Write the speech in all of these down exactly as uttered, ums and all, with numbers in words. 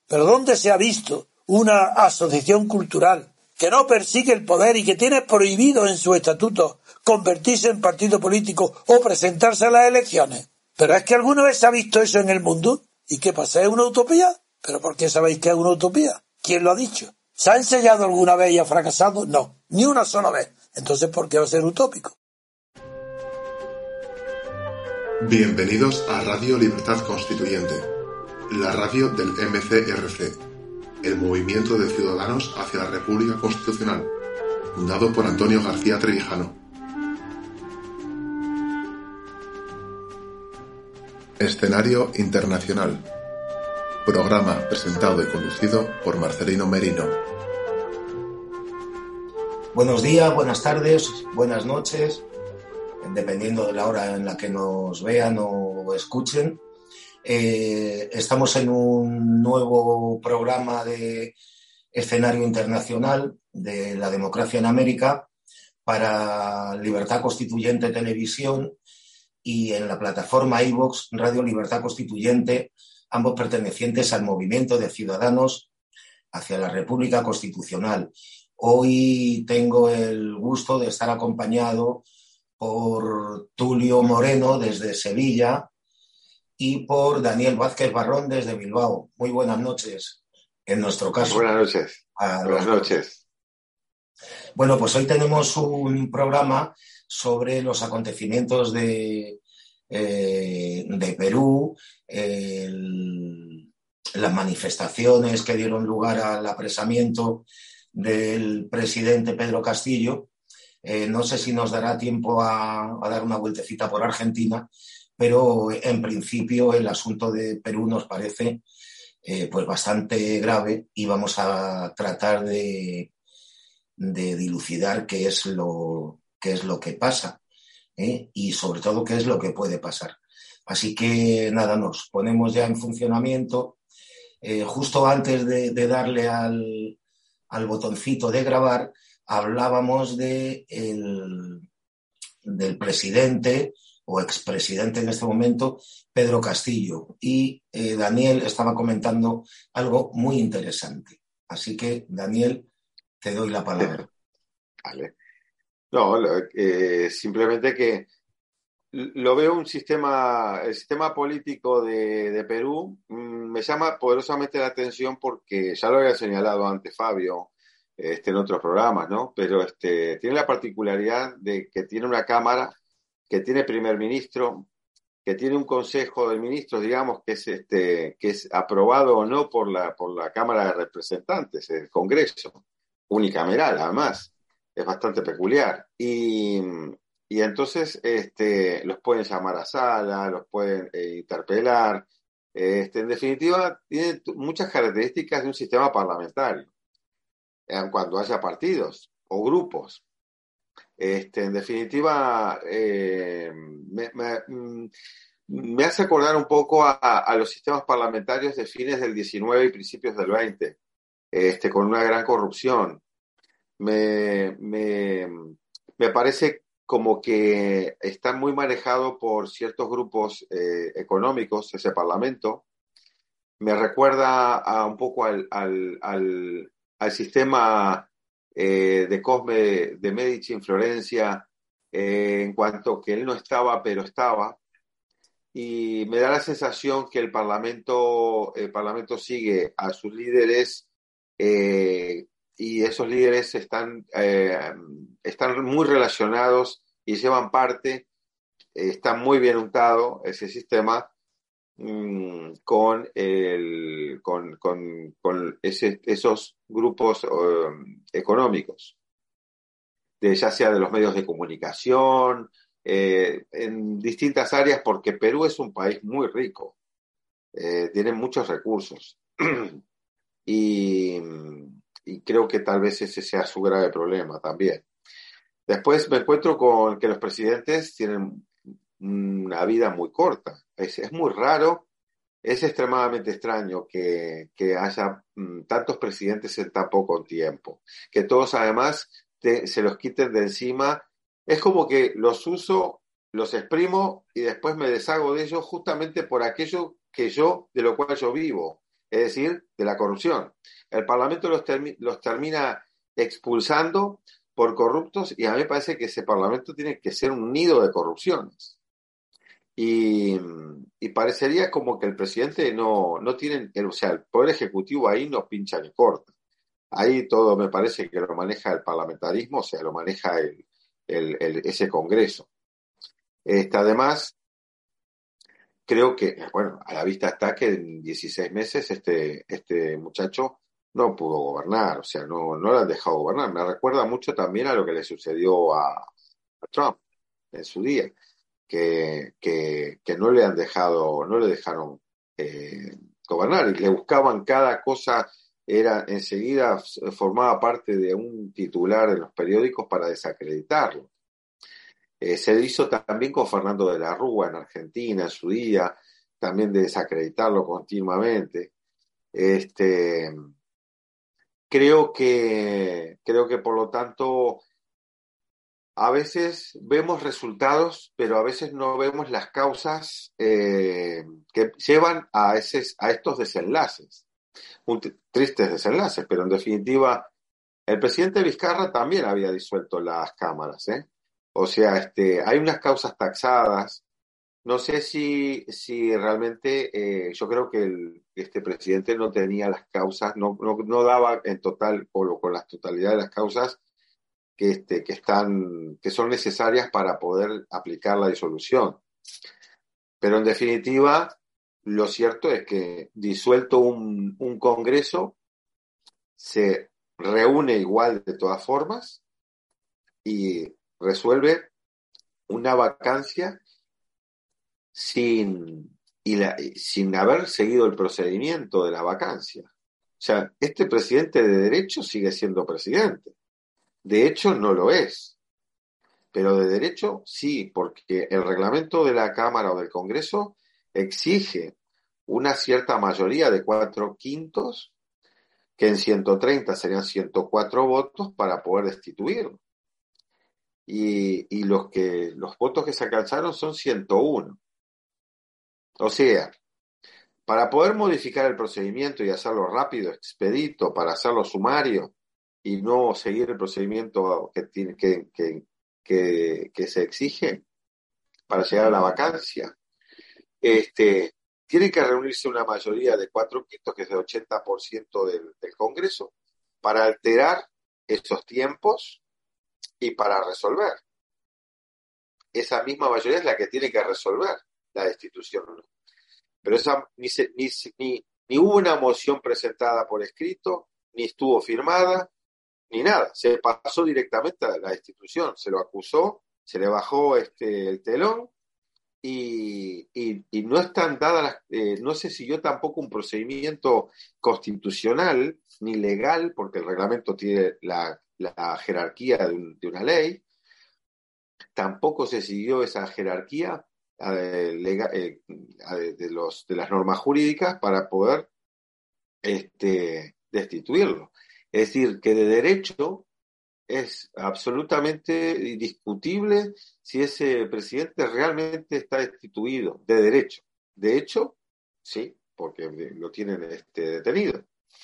Pero ¿dónde se ha visto una asociación cultural que no persigue el poder y que tiene prohibido en su estatuto convertirse en partido político o presentarse a las elecciones? ¿Pero es que alguna vez se ha visto eso en el mundo? ¿Y qué pasa? ¿Es una utopía? ¿Pero por qué sabéis que es una utopía? ¿Quién lo ha dicho? ¿Se ha ensayado alguna vez y ha fracasado? No, ni una sola vez. Entonces, ¿por qué va a ser utópico? Bienvenidos a Radio Libertad Constituyente, la radio del M C R C, el Movimiento de Ciudadanos hacia la República Constitucional, fundado por Antonio García Trevijano. Escenario Internacional. Programa presentado y conducido por Marcelino Merino. Buenos días, buenas tardes, buenas noches, dependiendo de la hora en la que nos vean o escuchen. Eh, estamos en un nuevo programa de Escenario Internacional de la Democracia en América para Libertad Constituyente Televisión y en la plataforma iVox Radio Libertad Constituyente, ambos pertenecientes al Movimiento de Ciudadanos hacia la República Constitucional. Hoy tengo el gusto de estar acompañado por Tulio Moreno desde Sevilla y por Daniel Vázquez Barrón desde Bilbao. Muy buenas noches, en nuestro caso. Buenas noches. Buenas noches. Bueno, pues hoy tenemos un programa sobre los acontecimientos de, eh, de Perú, el, las manifestaciones que dieron lugar al apresamiento del presidente Pedro Castillo. Eh, no sé si nos dará tiempo a, a dar una vueltecita por Argentina, pero en principio el asunto de Perú nos parece eh, pues bastante grave y vamos a tratar de, de dilucidar qué es lo, qué es lo que pasa, ¿eh? Y sobre todo qué es lo que puede pasar. Así que nada, nos ponemos ya en funcionamiento. Eh, justo antes de, de darle al, al botoncito de grabar, hablábamos de el, del presidente o expresidente en este momento, Pedro Castillo, y eh, Daniel estaba comentando algo muy interesante. Así que, Daniel, te doy la palabra. Vale. No, eh, simplemente que lo veo un sistema, el sistema político de, de Perú mmm, me llama poderosamente la atención porque ya lo había señalado antes Fabio, Este, en otros programas, ¿no? Pero este, tiene la particularidad de que tiene una Cámara, que tiene primer ministro, que tiene un Consejo de Ministros, digamos, que es este, que es aprobado o no por la, por la Cámara de Representantes, el Congreso, unicameral, además. Es bastante peculiar. Y, y entonces este, los pueden llamar a sala, los pueden eh, interpelar. Este, en definitiva, tiene muchas características de un sistema parlamentario. Cuando haya partidos o grupos. Este, en definitiva, eh, me, me, me hace acordar un poco a, a los sistemas parlamentarios de fines del diecinueve y principios del veinte, este, con una gran corrupción. Me, me, me parece como que está muy manejado por ciertos grupos eh, económicos, ese parlamento. Me recuerda a, un poco al, al, al al sistema eh, de Cosme de Medici en Florencia, eh, en cuanto que él no estaba, pero estaba. Y me da la sensación que el Parlamento, el Parlamento sigue a sus líderes eh, y esos líderes están, eh, están muy relacionados y llevan parte, eh, está muy bien untado ese sistema, con el con, con, con ese, esos grupos uh, económicos, de, ya sea de los medios de comunicación, eh, en distintas áreas, porque Perú es un país muy rico, eh, tiene muchos recursos y, y creo que tal vez ese sea su grave problema también. Después me encuentro con que los presidentes tienen una vida muy corta. Es, es muy raro, es extremadamente extraño que, que haya mm, tantos presidentes en tan poco tiempo. Que todos además te, se los quiten de encima. Es como que los uso, los exprimo y después me deshago de ellos justamente por aquello que yo, de lo cual yo vivo. es decir, de la corrupción. El Parlamento los, termi- los termina expulsando por corruptos y a mí me parece que ese Parlamento tiene que ser un nido de corrupciones. Y, y parecería como que el presidente no, no tiene, el, o sea, el Poder Ejecutivo ahí no pincha ni corta. Ahí todo me parece que lo maneja el parlamentarismo, o sea, lo maneja el, el, el, ese Congreso. Este, además, creo que, bueno, a la vista está que en dieciséis meses este, este muchacho no pudo gobernar, o sea, no, no lo han dejado gobernar. Me recuerda mucho también a lo que le sucedió a, a Trump en su día, que, que, que no le han dejado, no le dejaron eh, gobernar y le buscaban cada cosa, era enseguida formaba parte de un titular en los periódicos para desacreditarlo. Eh, se hizo también con Fernando de la Rúa en Argentina en su día, también de desacreditarlo continuamente. Este, creo que, creo que por lo tanto, a veces vemos resultados, pero a veces no vemos las causas eh, que llevan a, ese, a estos desenlaces, muy tristes desenlaces, pero en definitiva, el presidente Vizcarra también había disuelto las cámaras, ¿eh? O sea, este, hay unas causas taxadas. No sé si, si realmente, eh, yo creo que el, este presidente no tenía las causas, no, no, no daba en total, o con la totalidad de las causas que, este, que, están, que son necesarias para poder aplicar la disolución. Pero en definitiva, lo cierto es que disuelto un, un Congreso, se reúne igual de todas formas y resuelve una vacancia sin, y la, sin haber seguido el procedimiento de la vacancia. O sea, este presidente de derecho sigue siendo presidente. De hecho, no lo es. Pero de derecho, sí, porque el reglamento de la Cámara o del Congreso exige una cierta mayoría de cuatro quintos, que en ciento treinta serían ciento cuatro votos para poder destituirlo. Y, y los, que, los votos que se alcanzaron son ciento uno. O sea, para poder modificar el procedimiento y hacerlo rápido, expedito, para hacerlo sumario y no seguir el procedimiento que, tiene, que, que, que, que se exige para llegar a la vacancia, este, tiene que reunirse una mayoría de cuatro quintos, que es el ochenta por ciento del, del Congreso, para alterar esos tiempos y para resolver. Esa misma mayoría es la que tiene que resolver la destitución. Pero esa ni, se, ni, ni, ni hubo una moción presentada por escrito, ni estuvo firmada, ni nada. Se pasó directamente a la destitución, se lo acusó, se le bajó este, el telón y, y, y no están dadas las, eh, no se siguió tampoco un procedimiento constitucional ni legal, porque el reglamento tiene la, la jerarquía de, un, de una ley. Tampoco se siguió esa jerarquía eh, lega, eh, de, los, de las normas jurídicas para poder este, destituirlo. Es decir, que de derecho es absolutamente indiscutible si ese presidente realmente está destituido, de derecho. De hecho, sí, porque lo tienen este, detenido.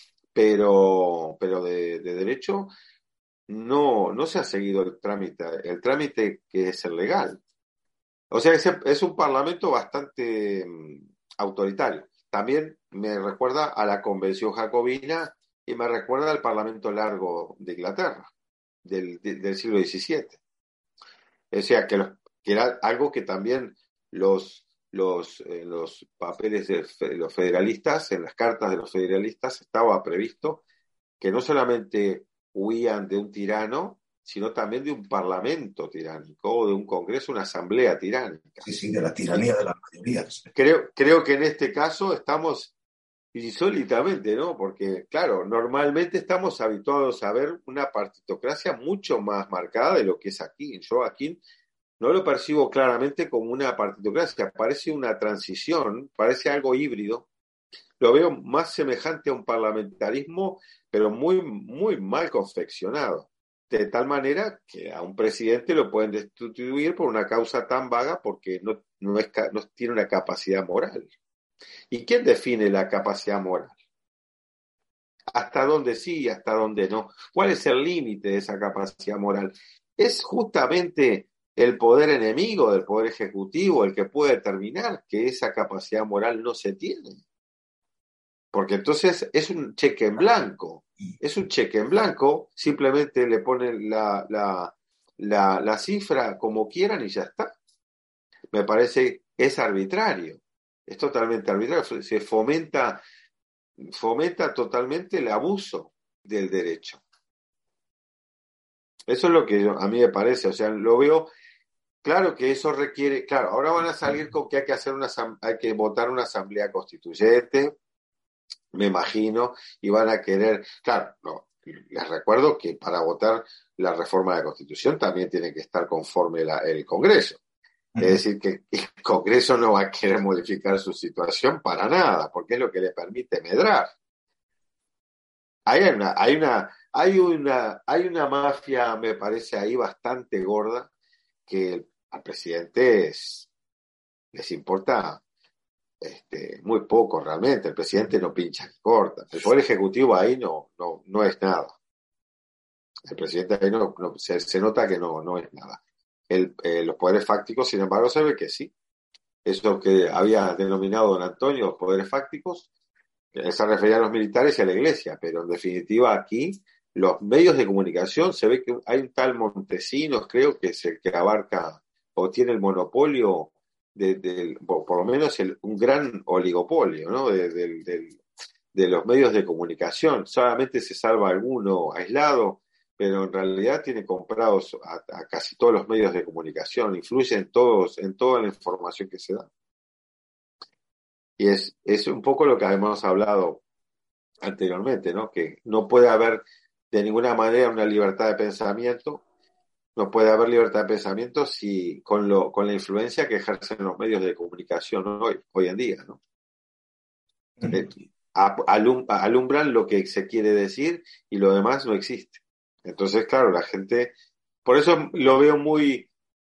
Pero, pero de, de derecho no, no se ha seguido el trámite, el trámite que es el legal. O sea, es, es un parlamento bastante um, autoritario. También me recuerda a la Convención Jacobina y me recuerda al Parlamento Largo de Inglaterra, del, de, del siglo diecisiete. O sea, que, los, que era algo que también los, los, eh, los papeles de los federalistas, en las cartas de los federalistas, estaba previsto que no solamente huían de un tirano, sino también de un parlamento tiránico, o de un congreso, una asamblea tiránica. Sí, sí, de la tiranía de las mayorías. Creo, creo que en este caso estamos insólitamente, ¿no? Porque, claro, normalmente estamos habituados a ver una partitocracia mucho más marcada de lo que es aquí. Yo aquí no lo percibo claramente como una partitocracia, parece una transición, parece algo híbrido. Lo veo más semejante a un parlamentarismo, pero muy, muy mal confeccionado. De tal manera que a un presidente lo pueden destituir por una causa tan vaga porque no, no, es, no tiene una capacidad moral. ¿Y quién define la capacidad moral? hasta dónde sí y hasta dónde no. ¿Cuál es el límite de esa capacidad moral? Es justamente el poder enemigo del poder ejecutivo el que puede determinar que esa capacidad moral no se tiene. Porque entonces es un cheque en blanco. Es un cheque en blanco, simplemente le ponen la, la, la, la cifra como quieran y ya está. Me parece que es arbitrario. Es totalmente arbitrario. Se fomenta, fomenta totalmente el abuso del derecho. Eso es lo que yo, a mí me parece. O sea, lo veo. Claro que eso requiere. Claro, ahora van a salir con que hay que hacer una, hay que votar una asamblea constituyente, me imagino, y van a querer. Claro, no. Les recuerdo que para votar la reforma de la Constitución también tiene que estar conforme la, el Congreso. Es decir, que el Congreso no va a querer modificar su situación para nada, porque es lo que le permite medrar. Hay una, hay una, hay una, hay una mafia, me parece ahí bastante gorda, que al presidente es, les importa este, muy poco realmente. El presidente no pincha ni corta. El poder ejecutivo ahí no, no, no es nada. El presidente ahí no, no se, se nota que no, no es nada. El, eh, los poderes fácticos, sin embargo, se ve que sí. Eso que había denominado don Antonio, los poderes fácticos, se refería a los militares y a la iglesia, pero en definitiva aquí los medios de comunicación, se ve que hay un tal Montesinos, creo que es el que abarca o tiene el monopolio, de, de, por, por lo menos el, un gran oligopolio, ¿no? de, de, de, de los medios de comunicación. Solamente se salva alguno aislado, pero en realidad tiene comprados a, a casi todos los medios de comunicación, influye en todos, en toda la información que se da. Y es, es un poco lo que hemos hablado anteriormente, ¿no? Que no puede haber de ninguna manera una libertad de pensamiento, no puede haber libertad de pensamiento si con lo con la influencia que ejercen los medios de comunicación hoy, hoy en día, ¿no? Mm. Alum, alumbran lo que se quiere decir y lo demás no existe. Entonces, claro, la gente, por eso lo veo muy,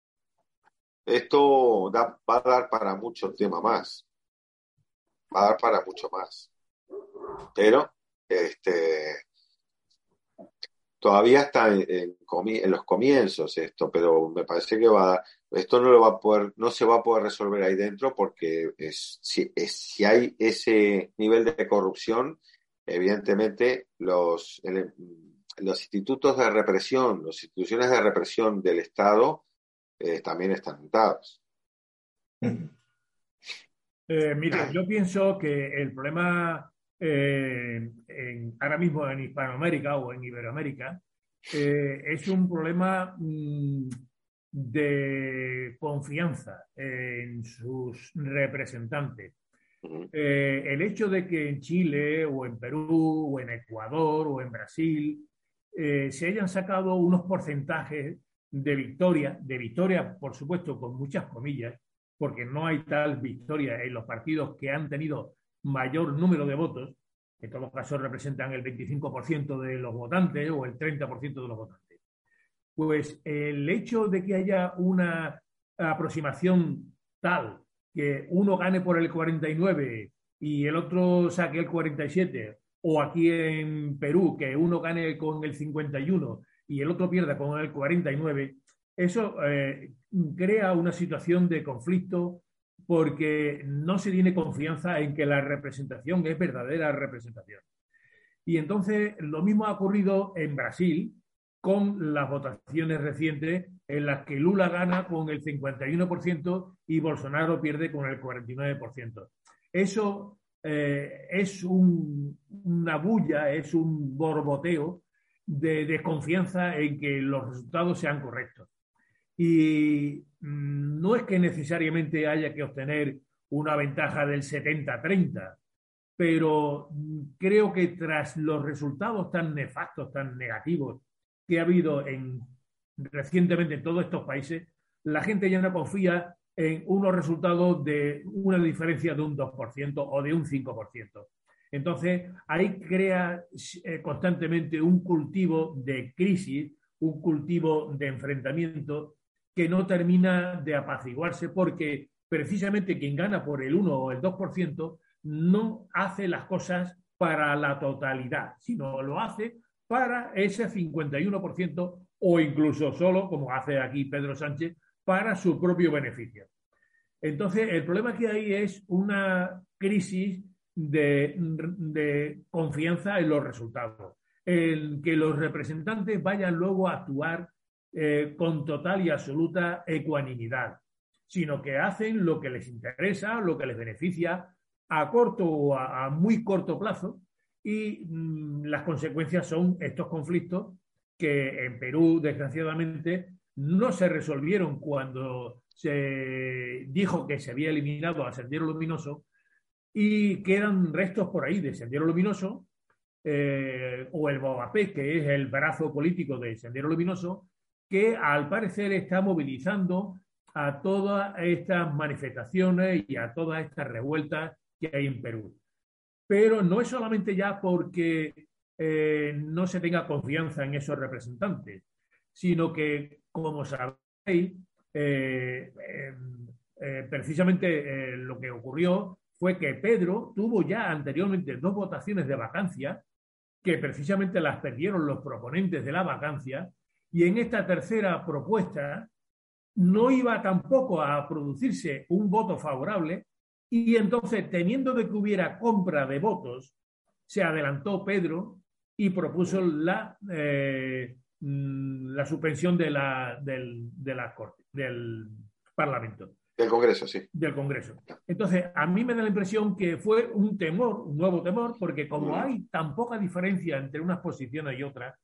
esto da, va a dar para mucho tema más, va a dar para mucho más, pero este todavía está en, en, en los comienzos esto, pero me parece que va a, esto no lo va a poder, no se va a poder resolver ahí dentro porque es, si, es, si hay ese nivel de corrupción, evidentemente los, el, los institutos de represión, las instituciones de represión del Estado eh, también están montados. Eh, mira, yo pienso que el problema eh, en, ahora mismo en Hispanoamérica o en Iberoamérica eh, es un problema mmm, de confianza en sus representantes. Eh, el hecho de que en Chile o en Perú o en Ecuador o en Brasil eh, se hayan sacado unos porcentajes de victoria, de victoria, por supuesto, con muchas comillas, porque no hay tal victoria en los partidos que han tenido mayor número de votos, que en todos casos representan el veinticinco por ciento de los votantes o el treinta por ciento de los votantes. Pues el hecho de que haya una aproximación tal que uno gane por el cuarenta y nueve y el otro saque el cuarenta y siete, o aquí en Perú que uno gane con el cincuenta y uno y el otro pierda con el cuarenta y nueve, eso eh, crea una situación de conflicto porque no se tiene confianza en que la representación es verdadera representación. Y entonces lo mismo ha ocurrido en Brasil con las votaciones recientes en las que Lula gana con el cincuenta y uno por ciento y Bolsonaro pierde con el cuarenta y nueve por ciento. Eso eh, es un, una bulla, es un borboteo de desconfianza en que los resultados sean correctos. Y mmm, no es que necesariamente haya que obtener una ventaja del setenta treinta, pero creo que tras los resultados tan nefastos, tan negativos que ha habido en, recientemente en todos estos países, la gente ya no confía en unos resultados de una diferencia de un dos por ciento o de un cinco por ciento. Entonces, ahí crea eh, constantemente un cultivo de crisis, un cultivo de enfrentamiento que no termina de apaciguarse porque precisamente quien gana por el uno o el dos por ciento no hace las cosas para la totalidad, sino lo hace para ese cincuenta y uno por ciento o incluso solo, como hace aquí Pedro Sánchez, para su propio beneficio. Entonces, el problema que hay es una crisis de, de confianza en los resultados, en que los representantes vayan luego a actuar eh, con total y absoluta ecuanimidad, sino que hacen lo que les interesa, lo que les beneficia a corto o a, a muy corto plazo, y mmm, las consecuencias son estos conflictos que en Perú, desgraciadamente, no se resolvieron cuando se dijo que se había eliminado a Sendero Luminoso, y quedan restos por ahí de Sendero Luminoso eh, o el Bobapé, que es el brazo político de Sendero Luminoso, que al parecer está movilizando a todas estas manifestaciones y a todas estas revueltas que hay en Perú. Pero no es solamente ya porque eh, no se tenga confianza en esos representantes, sino que, como sabéis, eh, eh, eh, precisamente eh, lo que ocurrió fue que Pedro tuvo ya anteriormente dos votaciones de vacancia, que precisamente las perdieron los proponentes de la vacancia, y en esta tercera propuesta no iba tampoco a producirse un voto favorable, y entonces, teniendo de que hubiera compra de votos, se adelantó Pedro y propuso la, eh, la suspensión de la, del, de la Corte, del Parlamento. Del Congreso, sí. Del Congreso. Entonces, a mí me da la impresión que fue un temor, un nuevo temor, porque como hay tan poca diferencia entre unas posiciones y otras,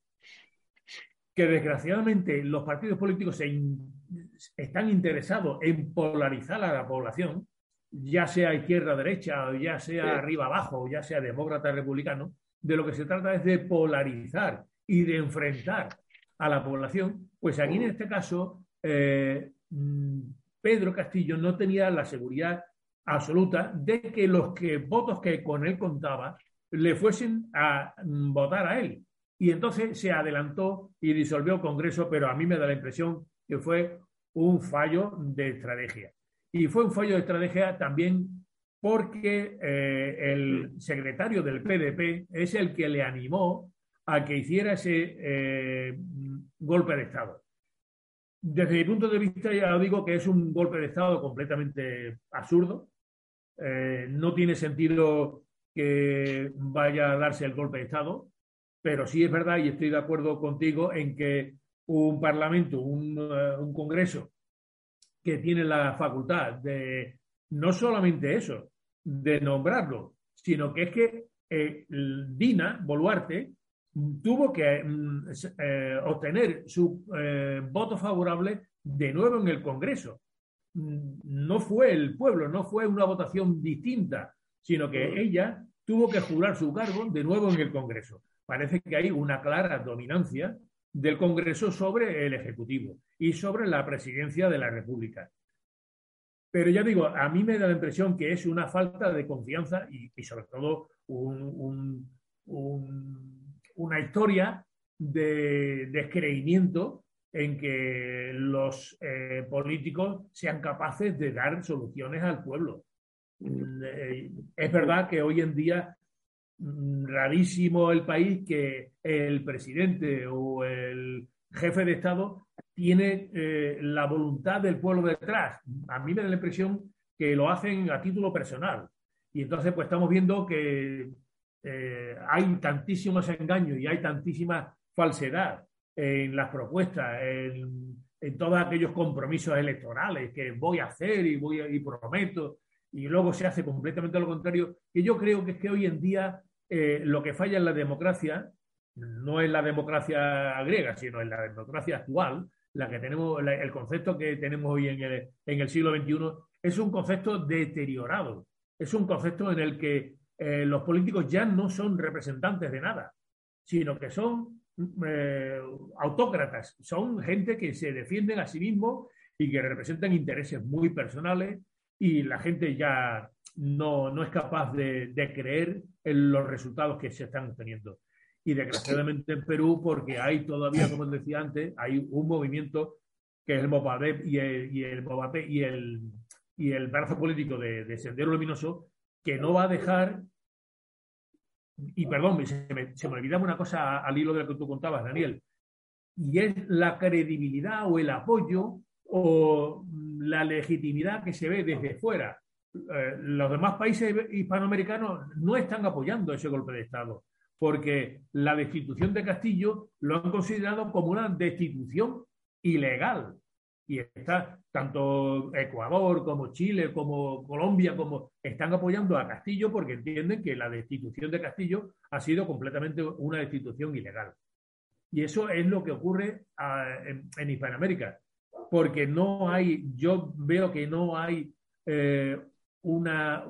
que desgraciadamente los partidos políticos se in, están interesados en polarizar a la población, ya sea izquierda-derecha, o ya sea sí. arriba-abajo, o ya sea demócrata-republicano, de lo que se trata es de polarizar y de enfrentar a la población. Pues aquí en este caso, eh, Pedro Castillo no tenía la seguridad absoluta de que los que, votos que con él contaba le fuesen a votar a él. Y entonces se adelantó y disolvió el Congreso, pero a mí me da la impresión que fue un fallo de estrategia. Y fue un fallo de estrategia también porque eh, el secretario del P D P es el que le animó a que hiciera ese eh, golpe de Estado. Desde mi punto de vista, ya digo que es un golpe de Estado completamente absurdo. Eh, no tiene sentido que vaya a darse el golpe de Estado, pero sí es verdad, y estoy de acuerdo contigo, en que un Parlamento, un, uh, un Congreso que tiene la facultad de no solamente eso, de nombrarlo, sino que es que eh, Dina Boluarte tuvo que eh, obtener su eh, voto favorable de nuevo en el Congreso. No fue el pueblo, no fue una votación distinta, sino que ella tuvo que jurar su cargo de nuevo en el Congreso. Parece que hay una clara dominancia del Congreso sobre el Ejecutivo y sobre la Presidencia de la República. Pero ya digo, a mí me da la impresión que es una falta de confianza y, y sobre todo un, un, un, una historia de descreimiento en que los eh, políticos sean capaces de dar soluciones al pueblo. Eh, es verdad que hoy en día rarísimo el país que el presidente o el jefe de Estado tiene eh, la voluntad del pueblo detrás. A mí me da la impresión que lo hacen a título personal. Y entonces pues estamos viendo que eh, hay tantísimos engaños y hay tantísima falsedad en las propuestas, en, en todos aquellos compromisos electorales que voy a hacer y, voy a, y prometo, y luego se hace completamente lo contrario, que yo creo que es que hoy en día eh, lo que falla en la democracia no es la democracia griega, sino en la democracia actual, la que tenemos, la, el concepto que tenemos hoy en el, en el siglo veintiuno, es un concepto deteriorado, es un concepto en el que eh, los políticos ya no son representantes de nada, sino que son eh, autócratas, son gente que se defienden a sí mismos y que representan intereses muy personales, y la gente ya no, no es capaz de, de creer en los resultados que se están obteniendo. Y desgraciadamente en Perú, porque hay todavía, como decía antes, hay un movimiento que es el Bobapé y el, y el, Bobapé y el, y el brazo político de, de Sendero Luminoso, que no va a dejar y perdón, se me, se me olvidaba una cosa al hilo de lo que tú contabas, Daniel, y es la credibilidad o el apoyo o la legitimidad que se ve desde fuera. Eh, los demás países hispanoamericanos no están apoyando ese golpe de Estado, porque la destitución de Castillo lo han considerado como una destitución ilegal. Y está tanto Ecuador como Chile, como Colombia, como están apoyando a Castillo porque entienden que la destitución de Castillo ha sido completamente una destitución ilegal. Y eso es lo que ocurre a, en, en Hispanoamérica, porque no hay, yo veo que no hay eh, una,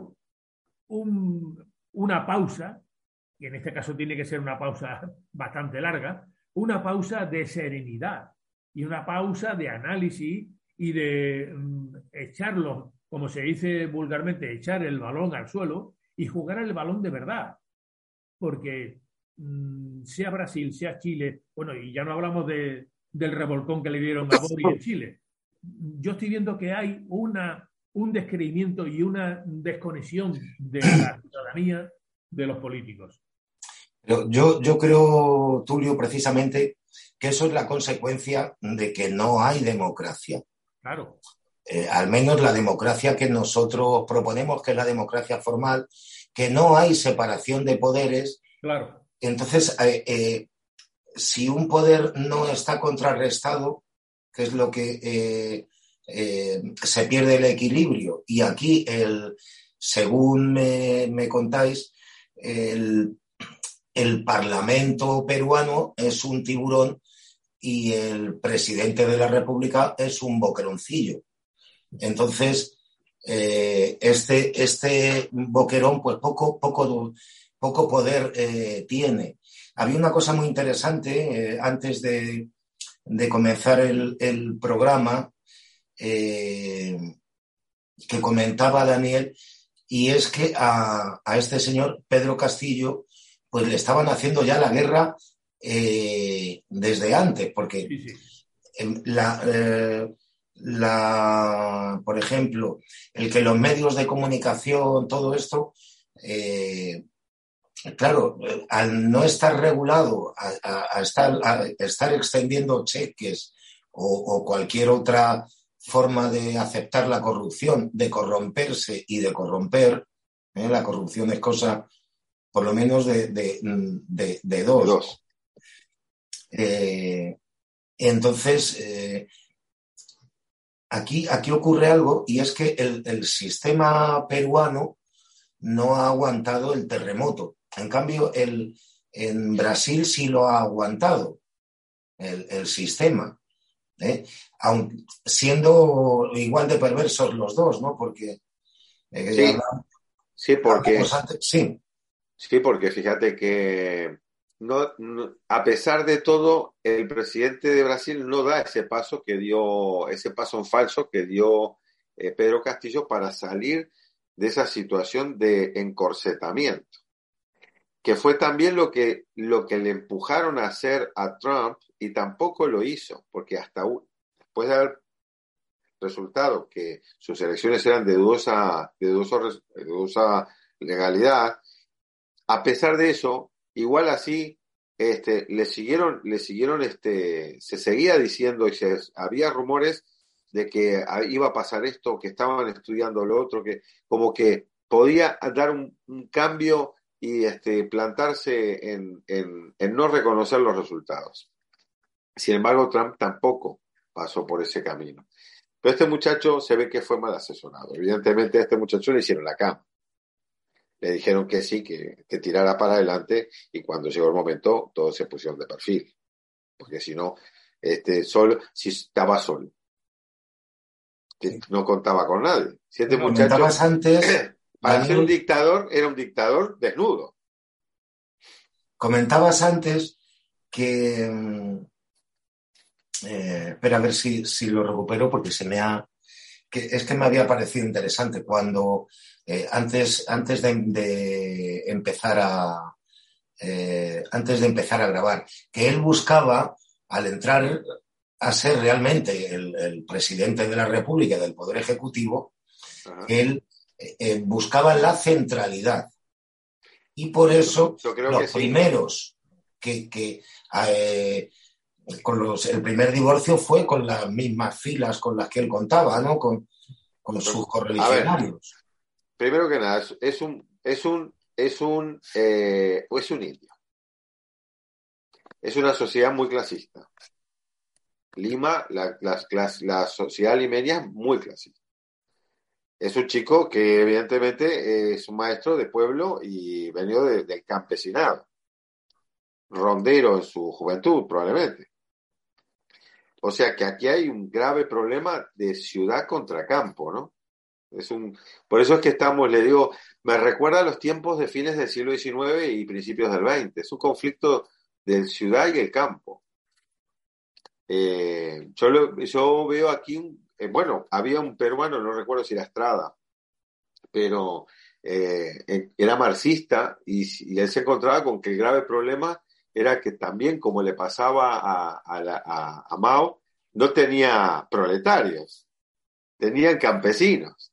un, una pausa, y en este caso tiene que ser una pausa bastante larga, una pausa de serenidad y una pausa de análisis y de um, echarlo, como se dice vulgarmente, echar el balón al suelo y jugar el balón de verdad. Porque um, sea Brasil, sea Chile, bueno, y ya no hablamos de, del revolcón que le dieron a Boric en Chile. Yo estoy viendo que hay una, un descreimiento y una desconexión de la ciudadanía de los políticos. Pero yo, yo creo, Tulio, precisamente que eso es la consecuencia de que no hay democracia. Claro. Eh, al menos la democracia que nosotros proponemos, que es la democracia formal, que no hay separación de poderes. Claro. Entonces, eh, eh, si un poder no está contrarrestado, que es lo que eh, eh, se pierde el equilibrio. Y aquí, el, según me, me contáis, el, el Parlamento peruano es un tiburón y el presidente de la República es un boqueroncillo. Entonces, eh, este, este boquerón, pues poco, poco, poco poder eh, tiene. Había una cosa muy interesante eh, antes de, de comenzar el, el programa eh, que comentaba Daniel, y es que a, a este señor Pedro Castillo pues le estaban haciendo ya la guerra eh, desde antes, porque sí, sí. La, eh, la, por ejemplo, el que los medios de comunicación, todo esto, eh, claro, al no estar regulado, a, a, a, estar, a estar extendiendo cheques o, o cualquier otra forma de aceptar la corrupción, de corromperse y de corromper, ¿eh? La corrupción es cosa, por lo menos, de, de, de, de dos. dos. Eh, entonces, eh, aquí, aquí ocurre algo, y es que el, el sistema peruano no ha aguantado el terremoto. En cambio, el, en Brasil sí lo ha aguantado el, el sistema, ¿eh? Aun siendo igual de perversos los dos, ¿no? Porque eh, sí, hablamos, sí, porque antes, sí. sí, porque fíjate que no, no, a pesar de todo, el presidente de Brasil no da ese paso que dio, ese paso en falso que dio eh, Pedro Castillo para salir de esa situación de encorsetamiento, que fue también lo que, lo que le empujaron a hacer a Trump, y tampoco lo hizo, porque hasta un, después de haber resultado que sus elecciones eran de dudosa, de dudosa, de dudosa legalidad, a pesar de eso, igual así, este, le siguieron, le siguieron, este, se seguía diciendo, y se, había rumores de que iba a pasar esto, que estaban estudiando lo otro, que como que podía dar un, un cambio y este, plantarse en, en, en no reconocer los resultados. Sin embargo, Trump tampoco pasó por ese camino. Pero este muchacho se ve que fue mal asesorado. Evidentemente a este muchacho le hicieron la cama. Le dijeron que sí, que, que tirara para adelante, y cuando llegó el momento, todos se pusieron de perfil. Porque si no, este, solo, si estaba solo. Que no contaba con nadie. Si este muchacho, antes, para Daniel, ser un dictador, era un dictador desnudo. Comentabas antes que... Eh, espera a ver si, si lo recupero, porque se me ha... Que, es que me había parecido interesante cuando... Eh, antes, antes de, de empezar a... Eh, antes de empezar a grabar, que él buscaba, al entrar a ser realmente el, el presidente de la República, del Poder Ejecutivo, Ajá. él eh, buscaba la centralidad. Y por eso yo creo los que sí. primeros que, que eh, con los, el primer divorcio fue con las mismas filas con las que él contaba, ¿no? Con, con sus correligionarios. Primero que nada, es, es un es un es un eh, es un indio. Es una sociedad muy clasista. Lima, la, la, la, la sociedad limeña es muy clasista. Es un chico que evidentemente es un maestro de pueblo y venido de, del campesinado. Rondero en su juventud, probablemente. O sea que aquí hay un grave problema de ciudad contra campo, ¿no? Es un, por eso es que estamos, le digo, me recuerda a los tiempos de fines del siglo diecinueve y principios del veinte. Es un conflicto de ciudad y el campo. Eh, yo, lo, yo veo aquí, un, eh, bueno, había un peruano, no recuerdo si era Estrada, pero eh, era marxista y, y él se encontraba con que el grave problema era que también, como le pasaba a, a, la, a, a Mao, no tenía proletarios, tenían campesinos.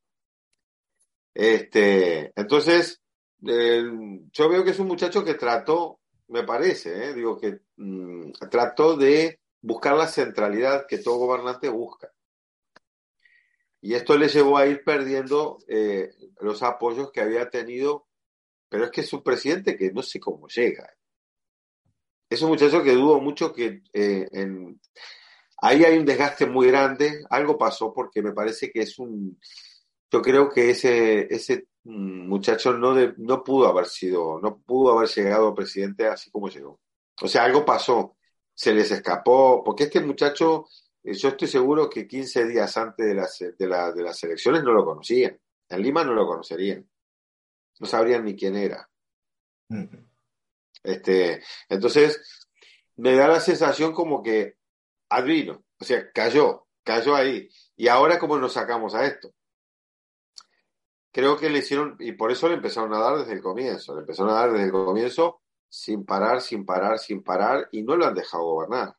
Este, entonces, eh, yo veo que es un muchacho que trató, me parece, eh, digo que mmm, trató de buscar la centralidad que todo gobernante busca. Y esto le llevó a ir perdiendo eh, los apoyos que había tenido, pero es que es un presidente que no sé cómo llega. Es un muchacho que dudo mucho que eh, en, ahí hay un desgaste muy grande, algo pasó porque me parece que es un... Yo creo que ese, ese muchacho no, de, no pudo haber sido, no pudo haber llegado presidente así como llegó. O sea, algo pasó, se les escapó, porque este muchacho, yo estoy seguro que quince días antes de las, de, la, de las elecciones no lo conocían. En Lima no lo conocerían. No sabrían ni quién era. Uh-huh. Este, entonces, me da la sensación como que advino, o sea, cayó, cayó ahí. Y ahora, ¿cómo nos sacamos a esto? Creo que le hicieron, y por eso le empezaron a dar desde el comienzo, le empezaron a dar desde el comienzo sin parar, sin parar, sin parar, y no lo han dejado gobernar.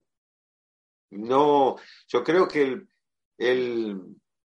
No, yo creo que el, el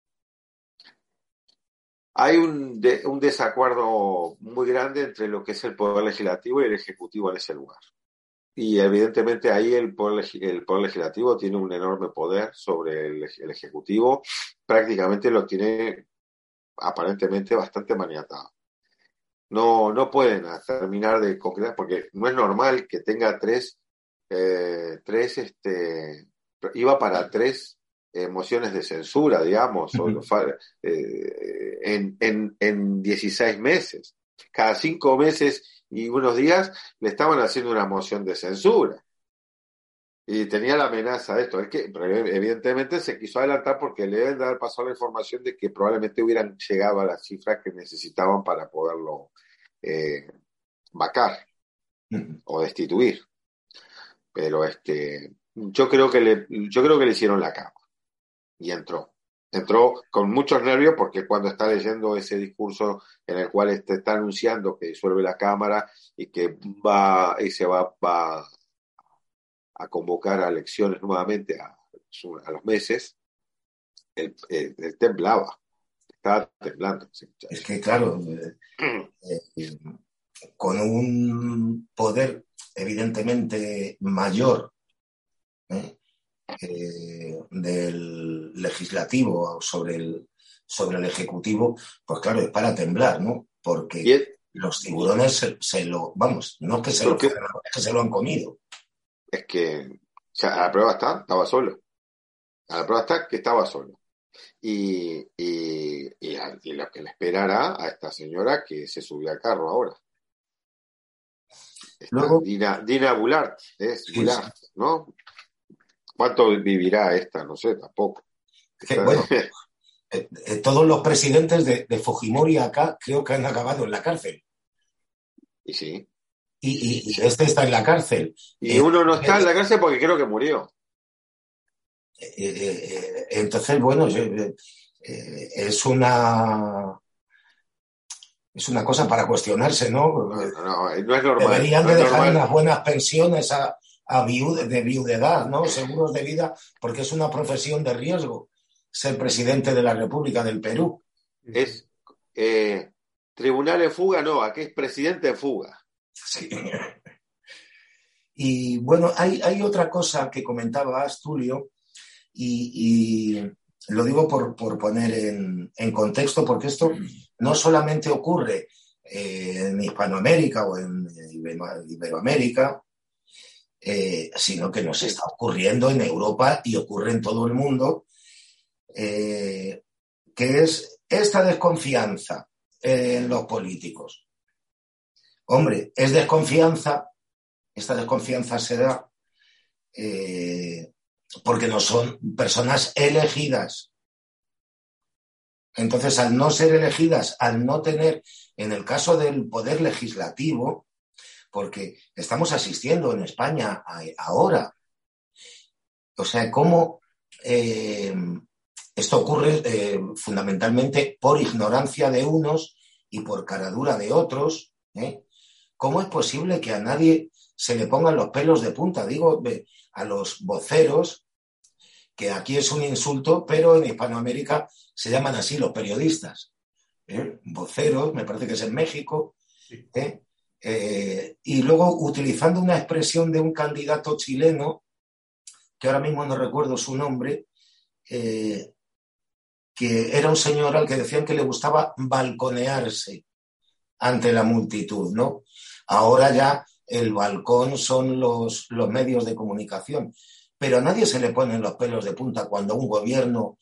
hay un, de, un desacuerdo muy grande entre lo que es el poder legislativo y el ejecutivo en ese lugar. Y evidentemente ahí el poder, el poder legislativo tiene un enorme poder sobre el, el ejecutivo, prácticamente lo tiene aparentemente bastante maniatado. No, no pueden terminar de concretar, porque no es normal que tenga tres, eh, tres, este, iba para tres eh, mociones de censura, digamos, uh-huh. o, eh, en, en, en dieciséis meses. Cada cinco meses y unos días le estaban haciendo una moción de censura. Y tenía la amenaza de esto. Es que evidentemente se quiso adelantar porque le deben dar pasado la información de que probablemente hubieran llegado a las cifras que necesitaban para poderlo eh, vacar uh-huh. o destituir. Pero este, yo creo que le, yo creo que le hicieron la cama y entró. Entró con muchos nervios porque cuando está leyendo ese discurso en el cual este está anunciando que disuelve la Cámara y que va y se va, va a convocar a elecciones nuevamente a, a los meses, él, él, él temblaba, estaba temblando. Es que claro, eh, eh, con un poder evidentemente mayor ¿eh? Eh, del legislativo sobre el, sobre el ejecutivo, pues claro, es para temblar, ¿no? Porque el, los tiburones se, se lo, vamos, no es que se lo, es que se lo han comido. Es que, o sea, a la prueba está, estaba solo. A la prueba está que estaba solo. Y, y, y, a, y lo que le esperará a esta señora que se subió al carro ahora. Esta Luego, Dina, Dina Goulart, es sí, Goulart, sí. ¿no? ¿Cuánto vivirá esta? No sé, tampoco. Que, bueno, eh, eh, todos los presidentes de, de Fujimori acá creo que han acabado en la cárcel. Y sí. Y, y, y este está en la cárcel. Y eh, uno no está en la cárcel porque creo que murió. Eh, eh, entonces, bueno, eh, eh, es una es una cosa para cuestionarse, ¿no? No, no, no, no es normal. Deberían no de es dejar normal. unas buenas pensiones a, a viude, de viudedad, ¿no? Seguros de vida, porque es una profesión de riesgo ser presidente de la República del Perú. Es, eh, Tribunal en fuga, no, aquí es presidente en fuga. Sí. Y bueno, hay, hay otra cosa que comentabas, Tulio, y, y lo digo por, por poner en, en contexto, porque esto no solamente ocurre eh, en Hispanoamérica o en Iberoamérica, eh, sino que nos está ocurriendo en Europa y ocurre en todo el mundo, eh, que es esta desconfianza en los políticos. Hombre, es desconfianza, esta desconfianza se da eh, porque no son personas elegidas. Entonces, al no ser elegidas, al no tener, en el caso del poder legislativo, porque estamos asistiendo en España a, ahora, o sea, cómo eh, esto ocurre eh, fundamentalmente por ignorancia de unos y por caradura de otros, ¿eh? ¿Cómo es posible que a nadie se le pongan los pelos de punta? Digo, a los voceros, que aquí es un insulto, pero en Hispanoamérica se llaman así los periodistas. ¿Eh? Voceros, me parece que es en México. ¿Eh? Eh, y luego, utilizando una expresión de un candidato chileno, que ahora mismo no recuerdo su nombre, eh, que era un señor al que decían que le gustaba balconearse ante la multitud, ¿no? Ahora ya el balcón son los, los medios de comunicación, pero a nadie se le ponen los pelos de punta cuando un gobierno,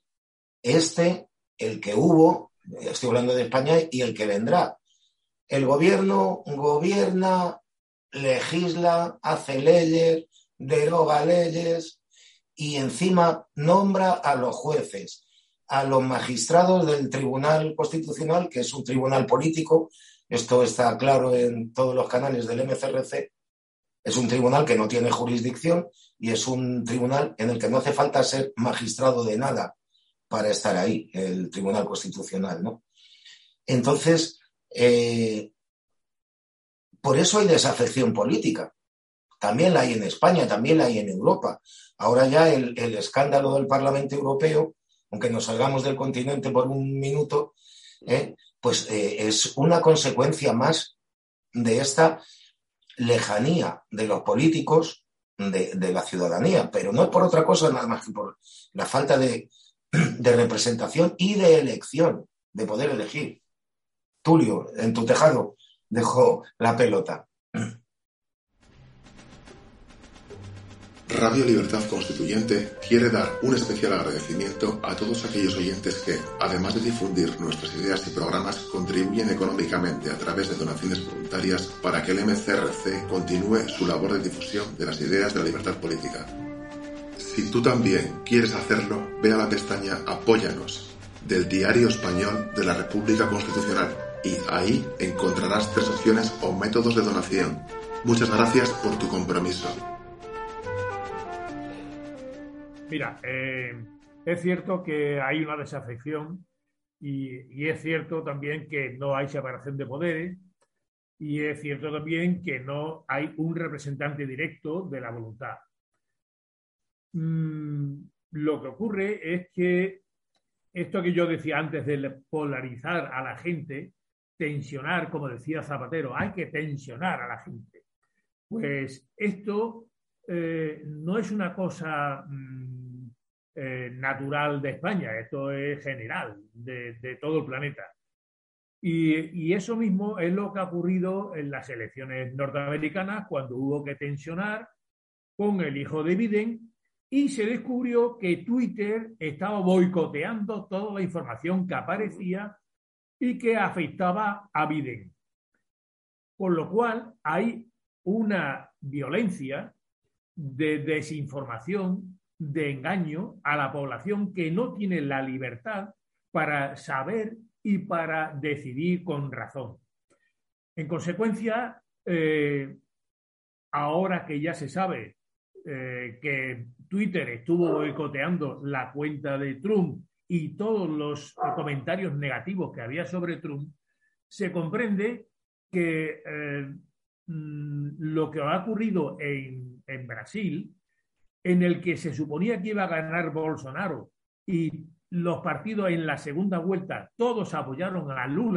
este, el que hubo, estoy hablando de España, y el que vendrá. El gobierno gobierna, legisla, hace leyes, deroga leyes y encima nombra a los jueces, a los magistrados del Tribunal Constitucional, que es un tribunal político. Esto está claro en todos los canales del M C R C. Es un tribunal que no tiene jurisdicción y es un tribunal en el que no hace falta ser magistrado de nada para estar ahí, el Tribunal Constitucional, ¿no? Entonces, eh, por eso hay desafección política. También la hay en España, también la hay en Europa. Ahora ya el, el escándalo del Parlamento Europeo, aunque nos salgamos del continente por un minuto, eh, pues eh, es una consecuencia más de esta lejanía de los políticos de, de la ciudadanía, pero no es por otra cosa nada más que por la falta de, de representación y de elección, de poder elegir. Tulio, en tu tejado dejo la pelota. Radio Libertad Constituyente quiere dar un especial agradecimiento a todos aquellos oyentes que, además de difundir nuestras ideas y programas, contribuyen económicamente a través de donaciones voluntarias para que el M C R C continúe su labor de difusión de las ideas de la libertad política. Si tú también quieres hacerlo, ve a la pestaña Apóyanos del Diario Español de la República Constitucional y ahí encontrarás tres opciones o métodos de donación. Muchas gracias por tu compromiso. Mira, eh, es cierto que hay una desafección y, y es cierto también que no hay separación de poderes y es cierto también que no hay un representante directo de la voluntad. Mm, lo que ocurre es que esto que yo decía antes de polarizar a la gente, tensionar, como decía Zapatero, hay que tensionar a la gente. Pues esto eh, no es una cosa mmm, eh, natural de España, esto es general, de, de todo el planeta. Y, y eso mismo es lo que ha ocurrido en las elecciones norteamericanas, cuando hubo que tensionar con el hijo de Biden y se descubrió que Twitter estaba boicoteando toda la información que aparecía y que afectaba a Biden. Por lo cual hay una violencia de desinformación, de engaño a la población que no tiene la libertad para saber y para decidir con razón. En consecuencia, eh, ahora que ya se sabe eh, que Twitter estuvo boicoteando la cuenta de Trump y todos los comentarios negativos que había sobre Trump, se comprende que eh, lo que ha ocurrido en, en Brasil, en el que se suponía que iba a ganar Bolsonaro y los partidos en la segunda vuelta todos apoyaron a Lula,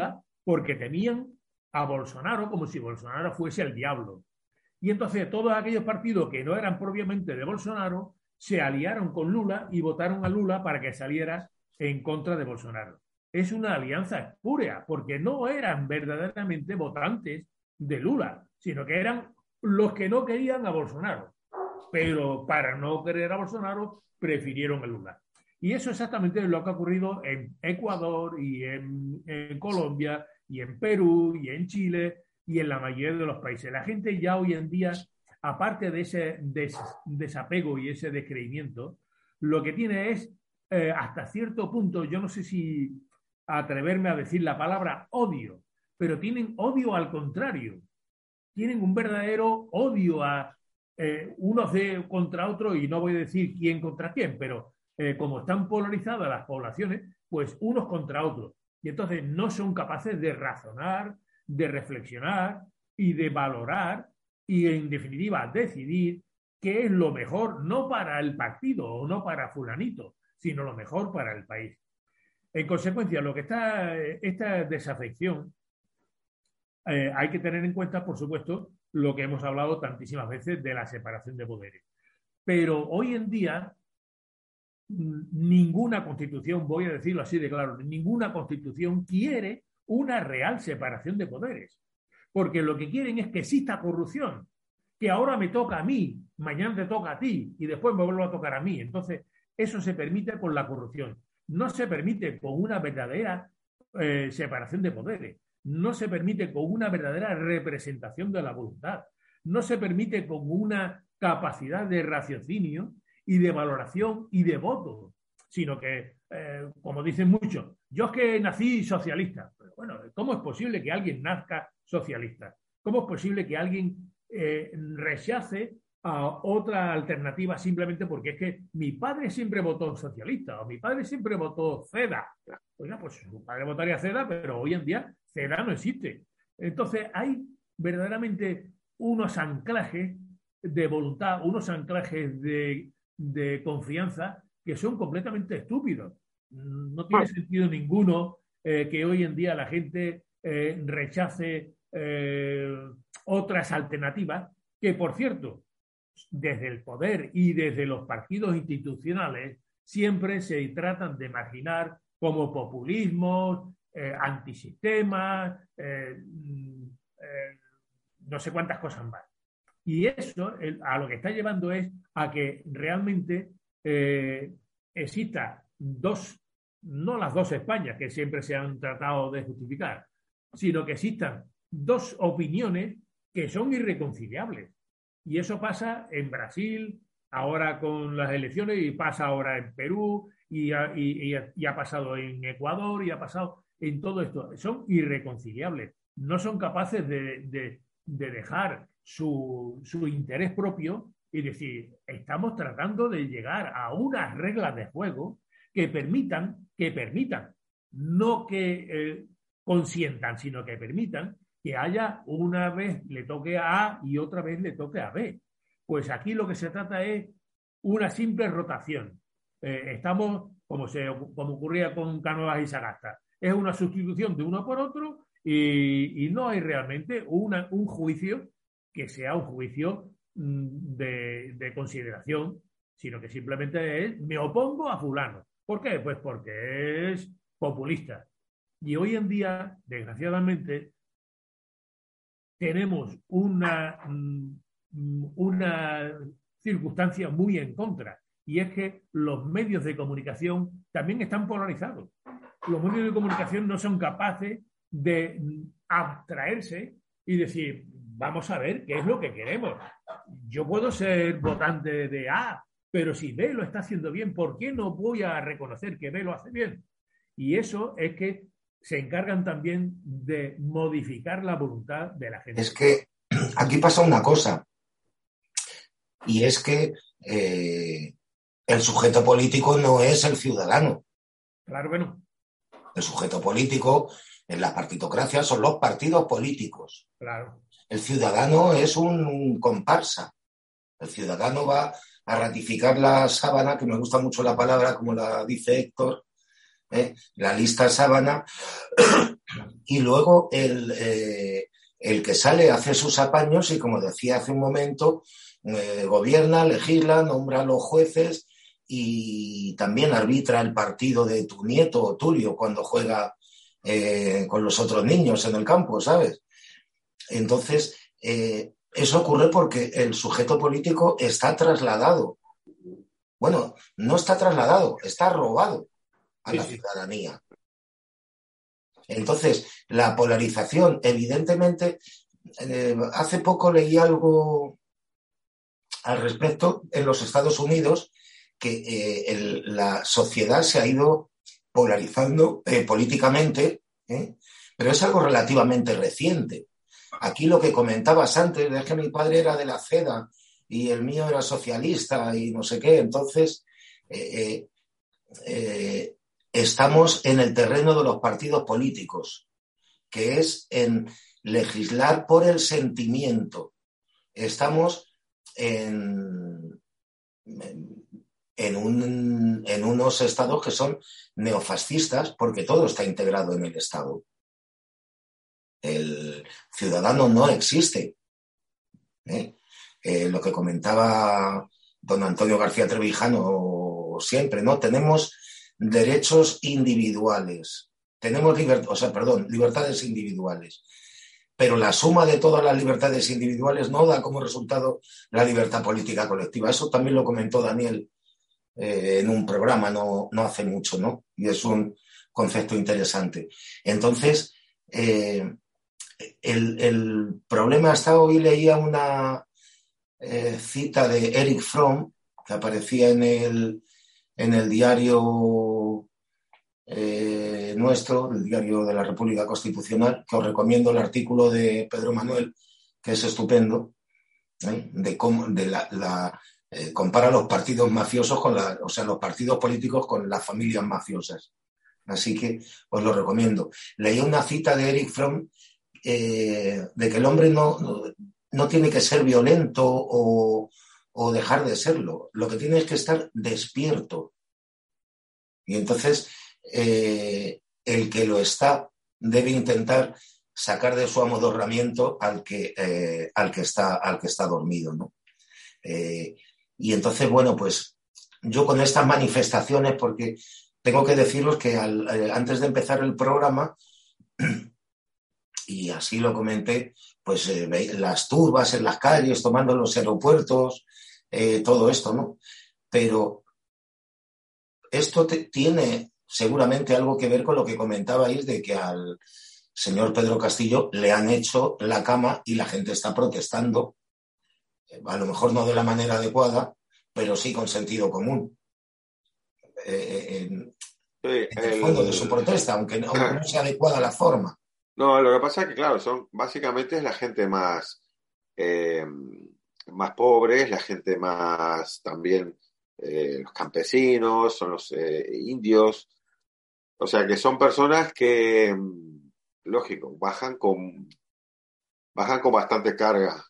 porque temían a Bolsonaro como si Bolsonaro fuese el diablo. Y entonces todos aquellos partidos que no eran propiamente de Bolsonaro se aliaron con Lula y votaron a Lula para que saliera en contra de Bolsonaro. Es una alianza espúrea, porque no eran verdaderamente votantes de Lula, sino que eran los que no querían a Bolsonaro. Pero para no querer a Bolsonaro, prefirieron a Lula. Y eso exactamente es lo que ha ocurrido en Ecuador y en, en Colombia y en Perú y en Chile y en la mayoría de los países. La gente ya hoy en día, aparte de ese des, desapego y ese descreimiento, lo que tiene es, eh, hasta cierto punto, yo no sé si atreverme a decir la palabra odio, pero tienen odio al contrario. Tienen un verdadero odio a eh, unos de contra otros, y no voy a decir quién contra quién, pero eh, como están polarizadas las poblaciones, pues unos contra otros. Y entonces no son capaces de razonar, de reflexionar y de valorar y, en definitiva, decidir qué es lo mejor, no para el partido o no para fulanito, sino lo mejor para el país. En consecuencia, lo que está, esta desafección, eh, hay que tener en cuenta, por supuesto, lo que hemos hablado tantísimas veces de la separación de poderes. Pero hoy en día, ninguna constitución, voy a decirlo así de claro, ninguna constitución quiere una real separación de poderes. Porque lo que quieren es que exista corrupción, que ahora me toca a mí, mañana te toca a ti y después me vuelve a tocar a mí. Entonces, eso se permite con la corrupción. No se permite con una verdadera eh, separación de poderes. No se permite con una verdadera representación de la voluntad. No se permite con una capacidad de raciocinio y de valoración y de voto, sino que, eh, como dicen muchos, yo es que nací socialista. Pero bueno, ¿cómo es posible que alguien nazca socialista? ¿Cómo es posible que alguien eh, rechace a otra alternativa simplemente porque es que mi padre siempre votó socialista o mi padre siempre votó CEDA? Oiga, pues su padre votaría CEDA, pero hoy en día CEDA no existe. Entonces hay verdaderamente unos anclajes de voluntad, unos anclajes de, de confianza que son completamente estúpidos. No tiene sentido ninguno eh, que hoy en día la gente eh, rechace eh, otras alternativas que, por cierto, desde el poder y desde los partidos institucionales siempre se tratan de marginar como populismos, eh, antisistemas, eh, eh, no sé cuántas cosas más. Y eso el, a lo que está llevando es a que realmente eh, exista dos, no las dos Españas que siempre se han tratado de justificar, sino que existan dos opiniones que son irreconciliables. Y eso pasa en Brasil, ahora con las elecciones, y pasa ahora en Perú, y ha, y, y ha pasado en Ecuador, y ha pasado en todo esto. Son irreconciliables. No son capaces de, de, de dejar su, su interés propio y decir, estamos tratando de llegar a unas reglas de juego que permitan, que permitan, no que eh, consientan, sino que permitan que haya una vez le toque a A y otra vez le toque a B. Pues aquí lo que se trata es una simple rotación. Eh, estamos, como, se, como ocurría con Cánovas y Sagasta, es una sustitución de uno por otro y, y no hay realmente una, un juicio que sea un juicio mmm, de, de consideración, sino que simplemente es me opongo a fulano. ¿Por qué? Pues porque es populista. Y hoy en día, desgraciadamente, tenemos una, una circunstancia muy en contra, y es que los medios de comunicación también están polarizados. Los medios de comunicación no son capaces de abstraerse y decir, vamos a ver qué es lo que queremos. Yo puedo ser votante de A, pero si B lo está haciendo bien, ¿por qué no voy a reconocer que B lo hace bien? Y eso es que se encargan también de modificar la voluntad de la gente. Es que aquí pasa una cosa, y es que eh, el sujeto político no es el ciudadano. Claro que no. El sujeto político en la partitocracia son los partidos políticos. Claro. El ciudadano es un, un comparsa. El ciudadano va a ratificar la sábana, que me gusta mucho la palabra, como la dice Héctor, ¿eh? La lista sábana, y luego el, eh, el que sale hace sus apaños y, como decía hace un momento, eh, gobierna, legisla, nombra a los jueces y también arbitra el partido de tu nieto o Tulio cuando juega eh, con los otros niños en el campo, ¿sabes? Entonces, eh, eso ocurre porque el sujeto político está trasladado. Bueno, no está trasladado, está robado a la ciudadanía. Entonces, la polarización, evidentemente, eh, hace poco leí algo al respecto en los Estados Unidos, que eh, el, la sociedad se ha ido polarizando eh, políticamente, ¿eh? Pero es algo relativamente reciente. Aquí lo que comentabas antes, de que mi padre era de la CEDA y el mío era socialista y no sé qué, entonces eh, eh, estamos en el terreno de los partidos políticos, que es en legislar por el sentimiento. Estamos en, en, un, en unos estados que son neofascistas, porque todo está integrado en el Estado. El ciudadano no existe. ¿Eh? Eh, lo que comentaba don Antonio García Trevijano siempre, ¿no? Tenemos derechos individuales, tenemos liber- o sea, perdón, libertades individuales, pero la suma de todas las libertades individuales no da como resultado la libertad política colectiva. Eso también lo comentó Daniel eh, en un programa no, no hace mucho, ¿no? Y es un concepto interesante. Entonces, eh, el, el problema está, hoy leía una eh, cita de Erich Fromm que aparecía en el, en el diario eh, nuestro, el diario de la República Constitucional, que os recomiendo el artículo de Pedro Manuel, que es estupendo, ¿eh? de cómo de la, la eh, compara los partidos mafiosos con la, o sea, los partidos políticos con las familias mafiosas. Así que os lo recomiendo. Leí una cita de Erich Fromm eh, de que el hombre no, no, no tiene que ser violento o, o dejar de serlo. Lo que tiene es que estar despierto. Y entonces eh, el que lo está debe intentar sacar de su amodorramiento al que, eh, al que, está, al que está dormido, ¿no? Eh, y entonces, bueno, pues yo con estas manifestaciones, porque tengo que deciros que al, eh, antes de empezar el programa, y así lo comenté, pues eh, las turbas en las calles, tomando los aeropuertos, eh, todo esto, ¿no? Pero esto te, tiene seguramente algo que ver con lo que comentabais de que al señor Pedro Castillo le han hecho la cama y la gente está protestando, a lo mejor no de la manera adecuada, pero sí con sentido común. Eh, en, sí, en el fondo de su protesta, aunque no, aunque no sea adecuada la forma. No, lo que pasa es que, claro, son básicamente es la gente más, eh, más pobre, es la gente más también, eh, los campesinos, son los eh, indios, o sea que son personas que, lógico, bajan con, bajan con bastante carga,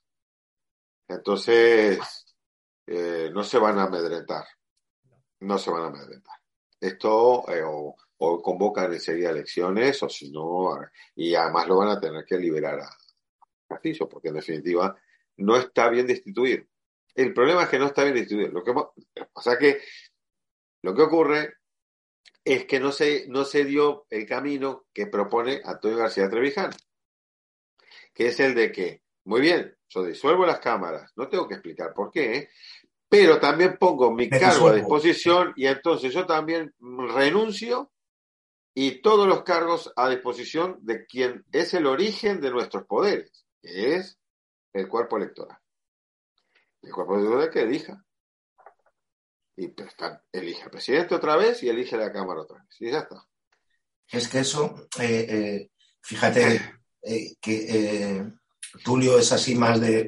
entonces eh, no se van a amedrentar, no se van a amedrentar. Esto, eh, o, o convocan enseguida elecciones, o si no, y además lo van a tener que liberar a Castillo, porque en definitiva no está bien destituir. El problema es que no está bien destituir. Lo que pasa es que lo que ocurre es que no se, no se dio el camino que propone Antonio García Trevijano, que es el de que, muy bien, yo disuelvo las cámaras, no tengo que explicar por qué, ¿eh? Pero también pongo mi Me cargo a disuelvo. disposición y entonces yo también renuncio y todos los cargos a disposición de quien es el origen de nuestros poderes, que es el cuerpo electoral. El cuerpo electoral que elija. Y elige al presidente otra vez y elige la Cámara otra vez. Y ya está. Es que eso, eh, eh, fíjate eh, que eh, Tulio es así más de,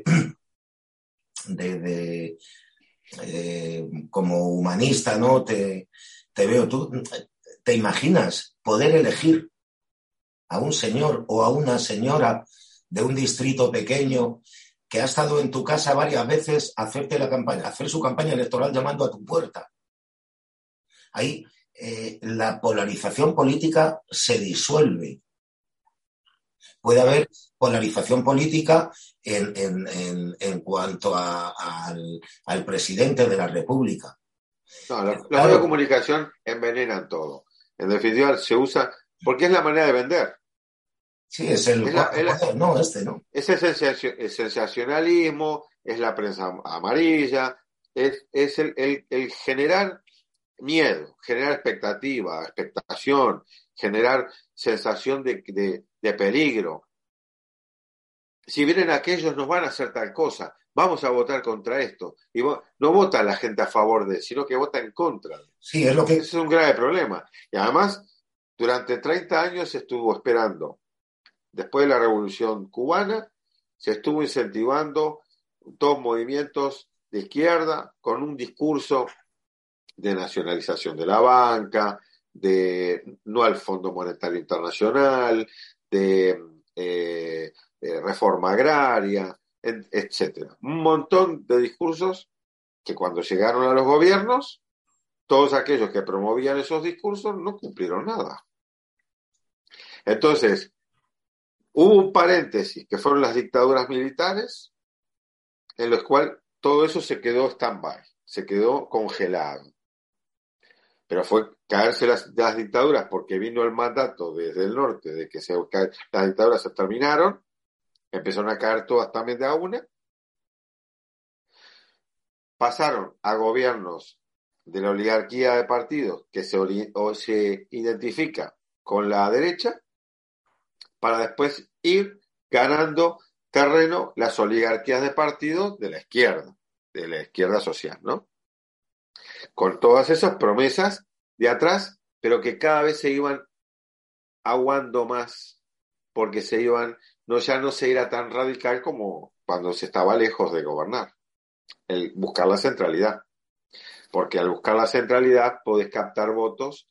de, de eh, como humanista, ¿no? Te, te veo, tú te imaginas poder elegir a un señor o a una señora de un distrito pequeño que ha estado en tu casa varias veces a hacerte la campaña, a hacer su campaña electoral llamando a tu puerta. Ahí eh, la polarización política se disuelve. Puede haber polarización política en, en, en, en cuanto a, a, al, al presidente de la República. No, los, los claro, medios de comunicación envenenan todo. En definitiva, se usa porque es la manera de vender. Sí, es el, es la, poder, es la, no, este no. Es el, el sensacionalismo, es la prensa amarilla, es, es el, el, el generar miedo, generar expectativa, expectación, generar sensación de, de, de peligro. Si vienen aquellos nos van a hacer tal cosa, vamos a votar contra esto. Y no vota la gente a favor de, sino que vota en contra. Sí, es lo que... Ese es un grave problema. Y además, durante treinta años se estuvo esperando. Después de la Revolución Cubana, se estuvo incentivando dos movimientos de izquierda con un discurso de nacionalización de la banca, de no al Fondo Monetario Internacional, de, eh, de reforma agraria, etcétera. Un montón de discursos que cuando llegaron a los gobiernos, todos aquellos que promovían esos discursos no cumplieron nada. Entonces, hubo un paréntesis, que fueron las dictaduras militares, en los cuales todo eso se quedó stand-by, se quedó congelado. Pero fue caerse las, las dictaduras porque vino el mandato desde el norte de que se, las dictaduras se terminaron, empezaron a caer todas también de a una, pasaron a gobiernos de la oligarquía de partidos que se, o se identifica con la derecha, para después ir ganando terreno las oligarquías de partidos de la izquierda, de la izquierda social, ¿no? Con todas esas promesas de atrás, pero que cada vez se iban aguando más, porque se iban, no, ya no se era tan radical como cuando se estaba lejos de gobernar, el buscar la centralidad, porque al buscar la centralidad podés captar votos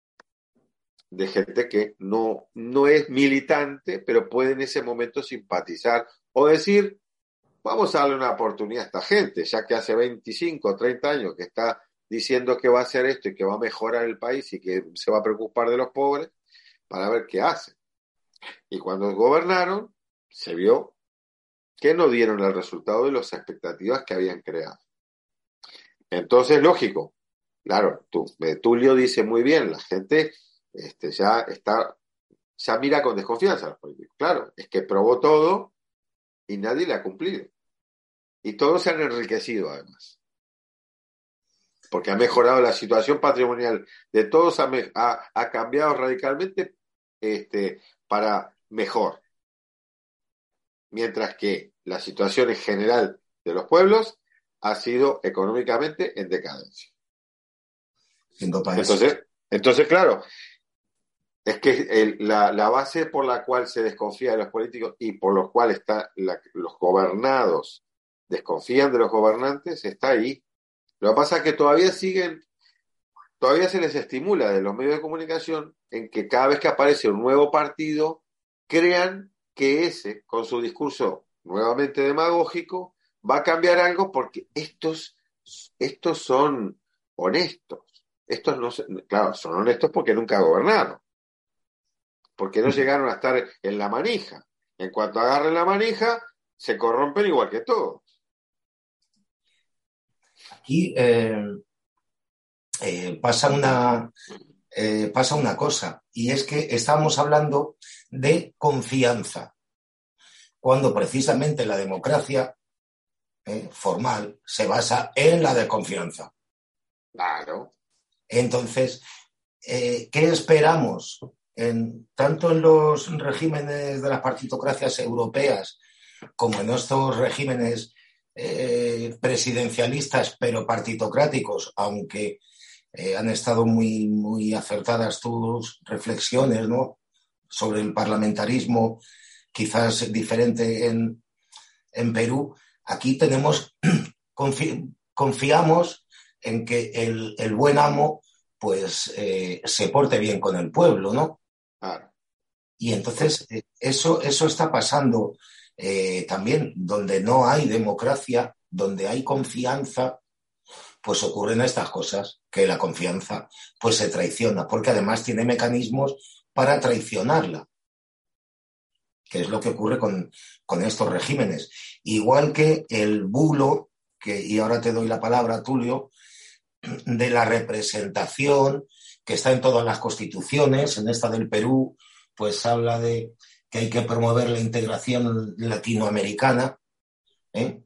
de gente que no, no es militante, pero puede en ese momento simpatizar o decir, vamos a darle una oportunidad a esta gente, ya que hace veinticinco o treinta años que está diciendo que va a hacer esto y que va a mejorar el país y que se va a preocupar de los pobres, para ver qué hace. Y cuando gobernaron, se vio que no dieron el resultado de las expectativas que habían creado. Entonces, lógico, claro, tú, Tulio dice muy bien, la gente este, ya está, ya mira con desconfianza a los políticos. Claro, es que probó todo y nadie le ha cumplido. Y todos se han enriquecido además. Porque ha mejorado la situación patrimonial de todos, ha, ha, ha cambiado radicalmente este, para mejor. Mientras que la situación en general de los pueblos ha sido económicamente en decadencia. Entonces, entonces, claro, es que el, la, la base por la cual se desconfía de los políticos y por los cuales está la, los gobernados desconfían de los gobernantes está ahí. Lo que pasa es que todavía siguen, todavía se les estimula de los medios de comunicación en que cada vez que aparece un nuevo partido, crean que ese, con su discurso nuevamente demagógico, va a cambiar algo porque estos, estos son honestos. Estos no, claro, son honestos porque nunca gobernaron. Porque no llegaron a estar en la manija. En cuanto agarren la manija, se corrompen igual que todos. Aquí eh, eh, pasa una eh, pasa una cosa, y es que estamos hablando de confianza, cuando precisamente la democracia eh, formal se basa en la desconfianza. Claro. Entonces, eh, ¿qué esperamos? En, tanto en los regímenes de las partitocracias europeas como en estos regímenes eh, presidencialistas pero partitocráticos, aunque eh, han estado muy, muy acertadas tus reflexiones, ¿no?, sobre el parlamentarismo, quizás diferente en, en Perú. Aquí tenemos, confi, confiamos en que el, el buen amo pues eh, se porte bien con el pueblo, ¿no? Claro. Y entonces eh, eso, eso está pasando eh, también donde no hay democracia, donde hay confianza, pues ocurren estas cosas, que la confianza pues se traiciona, porque además tiene mecanismos para traicionarla, que es lo que ocurre con, con estos regímenes. Igual que el bulo, que, y ahora te doy la palabra, Tulio, de la representación que está en todas las constituciones. En esta del Perú, pues habla de que hay que promover la integración latinoamericana. ¿eh?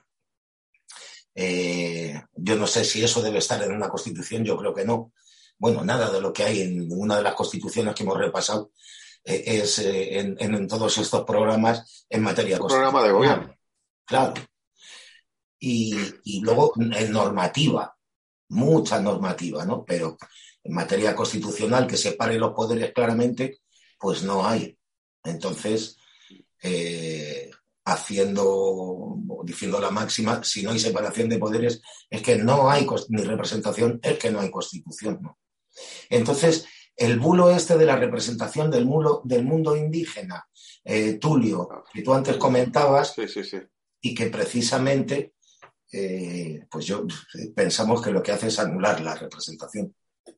Eh, yo no sé si eso debe estar en una constitución, yo creo que no. Bueno, nada de lo que hay en una de las constituciones que hemos repasado eh, es eh, en, en todos estos programas en materia constitucional. Programa de gobierno. Claro. Y, y luego en normativa, mucha normativa, ¿no? Pero en materia constitucional que separe los poderes claramente, pues no hay. Entonces, eh, haciendo, diciendo la máxima, si no hay separación de poderes, es que no hay ni representación, es que no hay constitución, ¿no? Entonces, el bulo este de la representación del mundo, del mundo indígena, eh, Tulio, que tú antes comentabas, sí, sí, sí. Y que precisamente, eh, pues yo pensamos que lo que hace es anular la representación.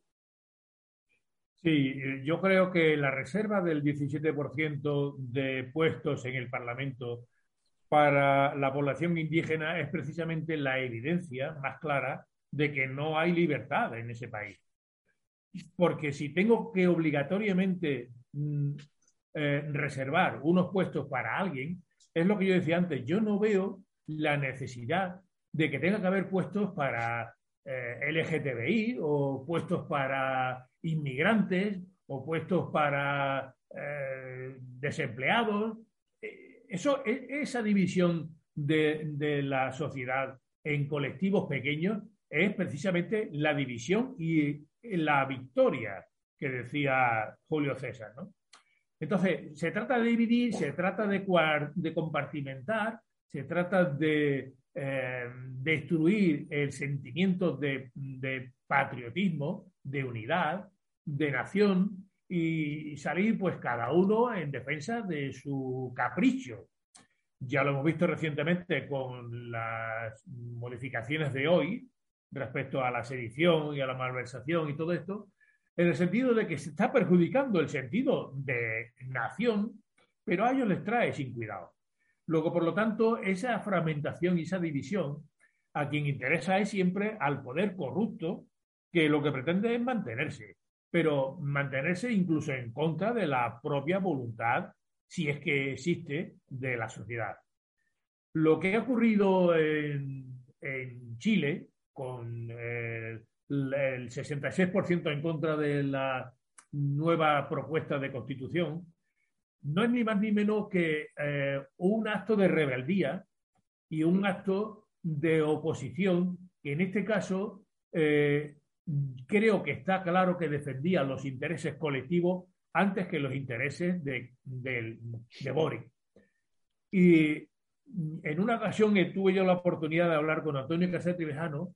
Sí, yo creo que la reserva del diecisiete por ciento de puestos en el Parlamento para la población indígena es precisamente la evidencia más clara de que no hay libertad en ese país. Porque si tengo que obligatoriamente mm, eh, reservar unos puestos para alguien, es lo que yo decía antes, yo no veo la necesidad de que tenga que haber puestos para eh, L G T B I o puestos para inmigrantes o puestos para eh, desempleados. Eso, esa división de, de la sociedad en colectivos pequeños es precisamente la división y la victoria que decía Julio César, ¿no? Entonces, se trata de dividir, se trata de, de compartimentar, se trata de eh, destruir el sentimiento de, de patriotismo, de unidad, de nación, y salir pues cada uno en defensa de su capricho. Ya lo hemos visto recientemente con las modificaciones de hoy respecto a la sedición y a la malversación y todo esto, en el sentido de que se está perjudicando el sentido de nación, pero a ellos les trae sin cuidado. Luego, por lo tanto, esa fragmentación y esa división a quien interesa es siempre al poder corrupto, que lo que pretende es mantenerse, pero mantenerse incluso en contra de la propia voluntad, si es que existe, de la sociedad. Lo que ha ocurrido en, en Chile, con el, el sesenta y seis por ciento en contra de la nueva propuesta de constitución, no es ni más ni menos que eh, un acto de rebeldía y un acto de oposición que en este caso eh, creo que está claro que defendía los intereses colectivos antes que los intereses de, de, de Boric. Y en una ocasión tuve yo la oportunidad de hablar con Antonio Casset Trevijano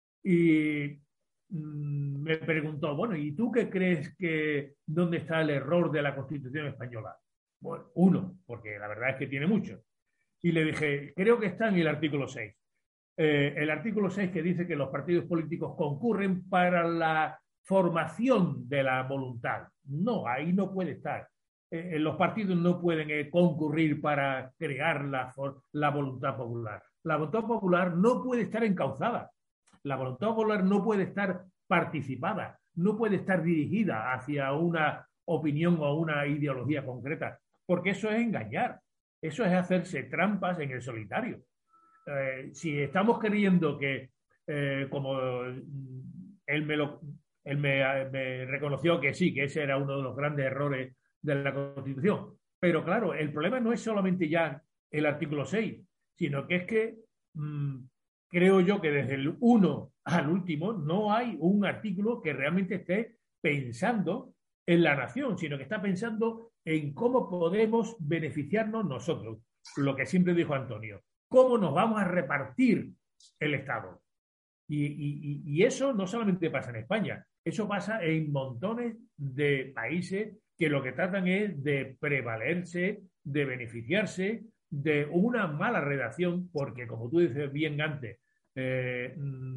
y mmm, me preguntó, bueno, ¿y tú qué crees que dónde está el error de la Constitución española? Bueno, uno, porque la verdad es que tiene muchos. Y le dije, creo que está en el artículo seis. Eh, el artículo seis que dice que los partidos políticos concurren para la formación de la voluntad. No, ahí no puede estar. Eh, los partidos no pueden eh, concurrir para crear la, la voluntad popular. La voluntad popular no puede estar encauzada. La voluntad popular no puede estar participada, no puede estar dirigida hacia una opinión o una ideología concreta, porque eso es engañar, eso es hacerse trampas en el solitario. Eh, si estamos creyendo que, eh, como él, me, lo, él me, me reconoció que sí, que ese era uno de los grandes errores de la Constitución, pero claro, el problema no es solamente ya el artículo seis, sino que es que mmm, creo yo que desde el uno al último no hay un artículo que realmente esté pensando en la nación, sino que está pensando en cómo podemos beneficiarnos nosotros. Lo que siempre dijo Antonio, cómo nos vamos a repartir el Estado. Y, y, y eso no solamente pasa en España, eso pasa en montones de países que lo que tratan es de prevalerse, de beneficiarse de una mala redacción, porque como tú dices bien antes, eh,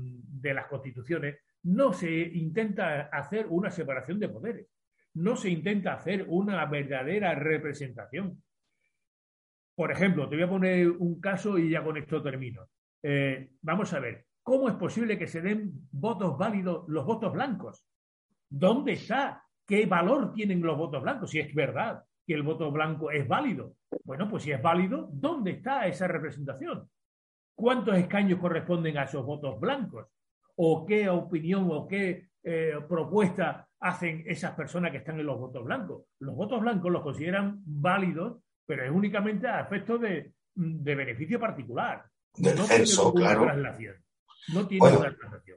de las constituciones, no se intenta hacer una separación de poderes, no se intenta hacer una verdadera representación. Por ejemplo, te voy a poner un caso y ya con esto termino. Eh, vamos a ver, ¿cómo es posible que se den votos válidos los votos blancos? ¿Dónde está? ¿Qué valor tienen los votos blancos? Si es verdad que el voto blanco es válido. Bueno, pues si es válido, ¿dónde está esa representación? ¿Cuántos escaños corresponden a esos votos blancos? ¿O qué opinión o qué eh, propuesta hacen esas personas que están en los votos blancos? Los votos blancos los consideran válidos, pero es únicamente a efectos de, de beneficio particular. De no censo, tiene claro. Traslación. No tiene Bueno, una traslación.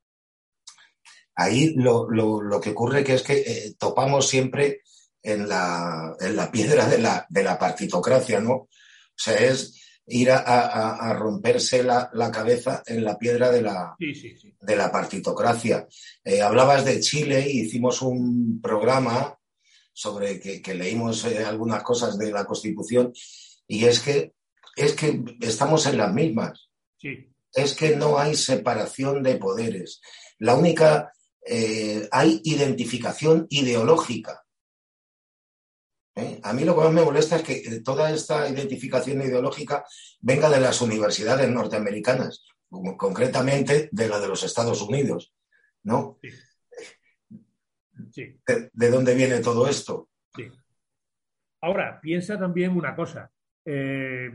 Ahí lo, lo, lo que ocurre que es que eh, topamos siempre en la, en la piedra de la, de la partitocracia, ¿no? O sea, es ir a, a, a romperse la, la cabeza en la piedra de la, sí, sí, sí. de la partitocracia. Eh, hablabas de Chile y hicimos un programa sobre que, que leímos eh, algunas cosas de la Constitución y es que, es que estamos en las mismas. Sí. Es que no hay separación de poderes. La única... Eh, hay identificación ideológica. ¿Eh? A mí lo que más me molesta es que toda esta identificación ideológica venga de las universidades norteamericanas, como concretamente de la de los Estados Unidos, ¿no? Sí. Sí. ¿De, de dónde viene todo esto? Sí. Ahora, piensa también una cosa. Eh,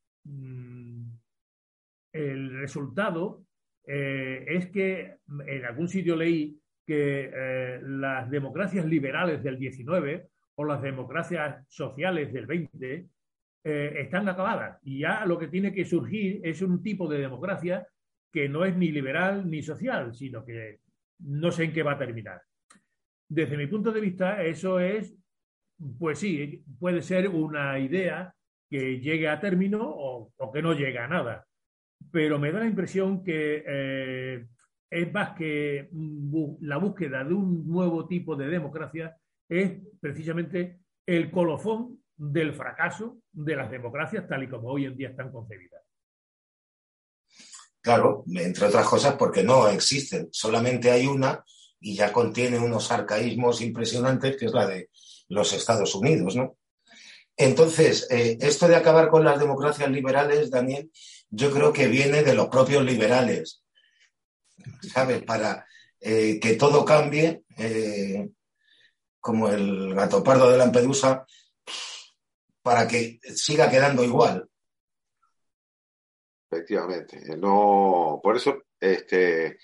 el resultado eh, es que en algún sitio leí que eh, las democracias liberales del diecinueve o las democracias sociales del veinte eh, están acabadas y ya lo que tiene que surgir es un tipo de democracia que no es ni liberal ni social, sino que no sé en qué va a terminar. Desde mi punto de vista, eso es, pues sí, puede ser una idea que llegue a término o, o que no llegue a nada, pero me da la impresión que eh, es más que la búsqueda de un nuevo tipo de democracia es precisamente el colofón del fracaso de las democracias tal y como hoy en día están concebidas. Claro, entre otras cosas porque no existen, solamente hay una y ya contiene unos arcaísmos impresionantes que es la de los Estados Unidos, ¿no? Entonces, eh, esto de acabar con las democracias liberales, Daniel, yo creo que viene de los propios liberales, ¿sabes? Para eh, que todo cambie, eh, como el gato pardo de Lampedusa, para que siga quedando igual. Efectivamente. No, por eso, este,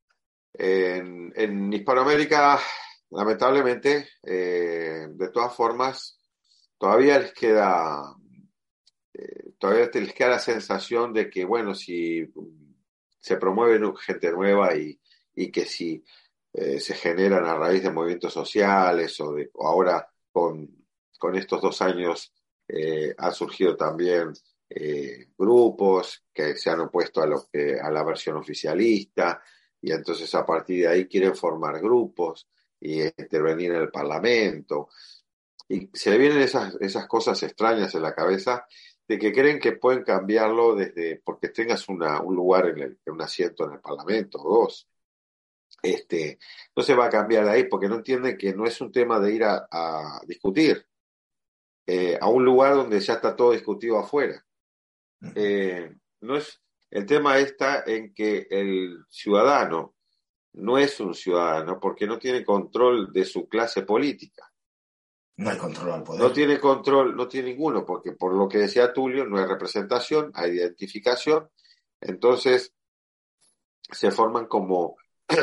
en, en Hispanoamérica, lamentablemente, eh, de todas formas, todavía les queda, eh, todavía les queda la sensación de que, bueno, si se promueve gente nueva y, y que si eh, se generan a raíz de movimientos sociales o, de, o ahora con, con estos dos años eh, han surgido también eh, grupos que se han opuesto a, lo que, a la versión oficialista y entonces a partir de ahí quieren formar grupos y intervenir en el Parlamento. Y se le vienen esas, esas cosas extrañas en la cabeza de que creen que pueden cambiarlo desde porque tengas una, un lugar, en el, un asiento en el Parlamento o dos. Este, no se va a cambiar de ahí porque no entienden que no es un tema de ir a, a discutir eh, a un lugar donde ya está todo discutido afuera. Eh, no es, el tema está en que el ciudadano no es un ciudadano porque no tiene control de su clase política. No hay control al poder. No tiene control, no tiene ninguno, porque por lo que decía Tulio, no hay representación, hay identificación, entonces se forman como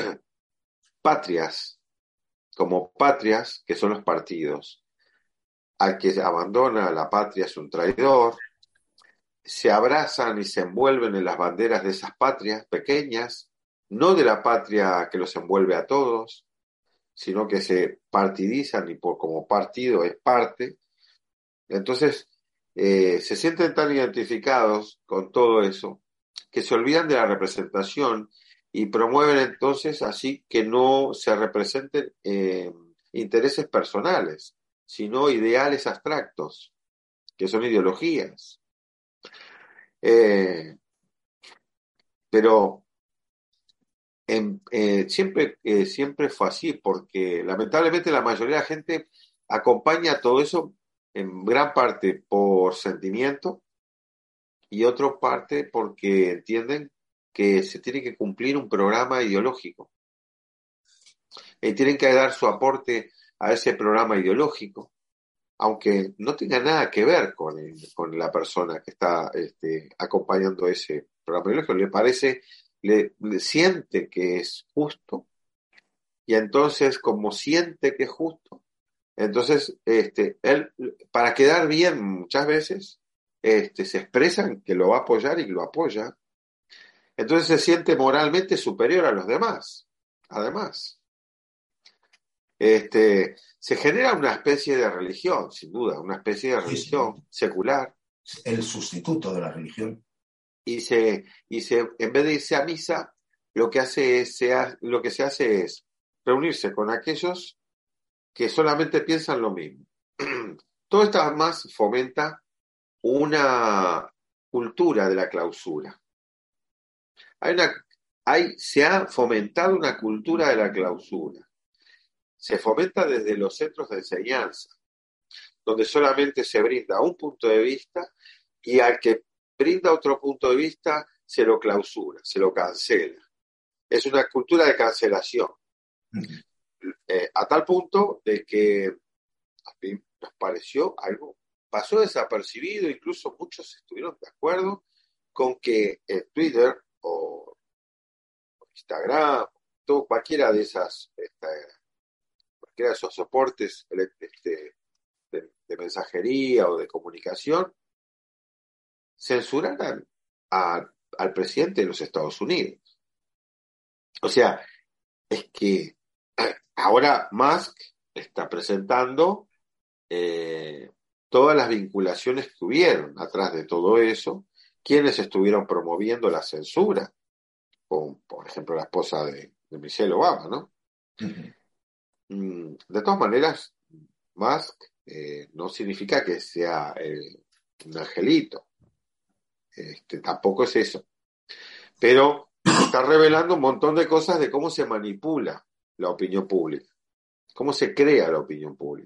patrias, como patrias, que son los partidos. Al que abandona la patria es un traidor, se abrazan y se envuelven en las banderas de esas patrias pequeñas, no de la patria que los envuelve a todos, sino que se partidizan y por como partido es parte. Entonces eh, se sienten tan identificados con todo eso que se olvidan de la representación y promueven entonces así que no se representen eh, intereses personales, sino ideales abstractos, que son ideologías. Eh, pero en, eh, siempre, eh, siempre fue así, porque lamentablemente la mayoría de la gente acompaña todo eso en gran parte por sentimiento y otra parte porque entienden que se tiene que cumplir un programa ideológico. Y tienen que dar su aporte a ese programa ideológico, aunque no tenga nada que ver con, el, con la persona que está este, acompañando ese programa ideológico. Le parece, le, le siente que es justo, y entonces, como siente que es justo, entonces, este, él, para quedar bien muchas veces, este, se expresan que lo va a apoyar y lo apoya. Entonces se siente moralmente superior a los demás. Además, este, se genera una especie de religión, sin duda, una especie de religión sí, sí. secular. El sustituto de la religión. Y se, y se, en vez de irse a misa, lo que hace es, se ha, lo que se hace es reunirse con aquellos que solamente piensan lo mismo. Todo esto además fomenta una cultura de la clausura. Hay una, hay, se ha fomentado una cultura de la clausura. Se fomenta desde los centros de enseñanza, donde solamente se brinda un punto de vista y al que brinda otro punto de vista se lo clausura, se lo cancela. Es una cultura de cancelación. Uh-huh. Eh, a tal punto de que a mí nos pareció algo, pasó desapercibido, incluso muchos estuvieron de acuerdo con que eh, Twitter o Instagram, todo, cualquiera de esas, esta, cualquiera de esos soportes este, de, de mensajería o de comunicación, censuraran a, al presidente de los Estados Unidos. O sea, es que ahora Musk está presentando eh, todas las vinculaciones que hubieron atrás de todo eso, quienes estuvieron promoviendo la censura, como por ejemplo la esposa de, de Michelle Obama, ¿no? Uh-huh. De todas maneras, Musk eh, no significa que sea eh, un angelito, este, tampoco es eso, pero está revelando un montón de cosas de cómo se manipula la opinión pública, cómo se crea la opinión pública.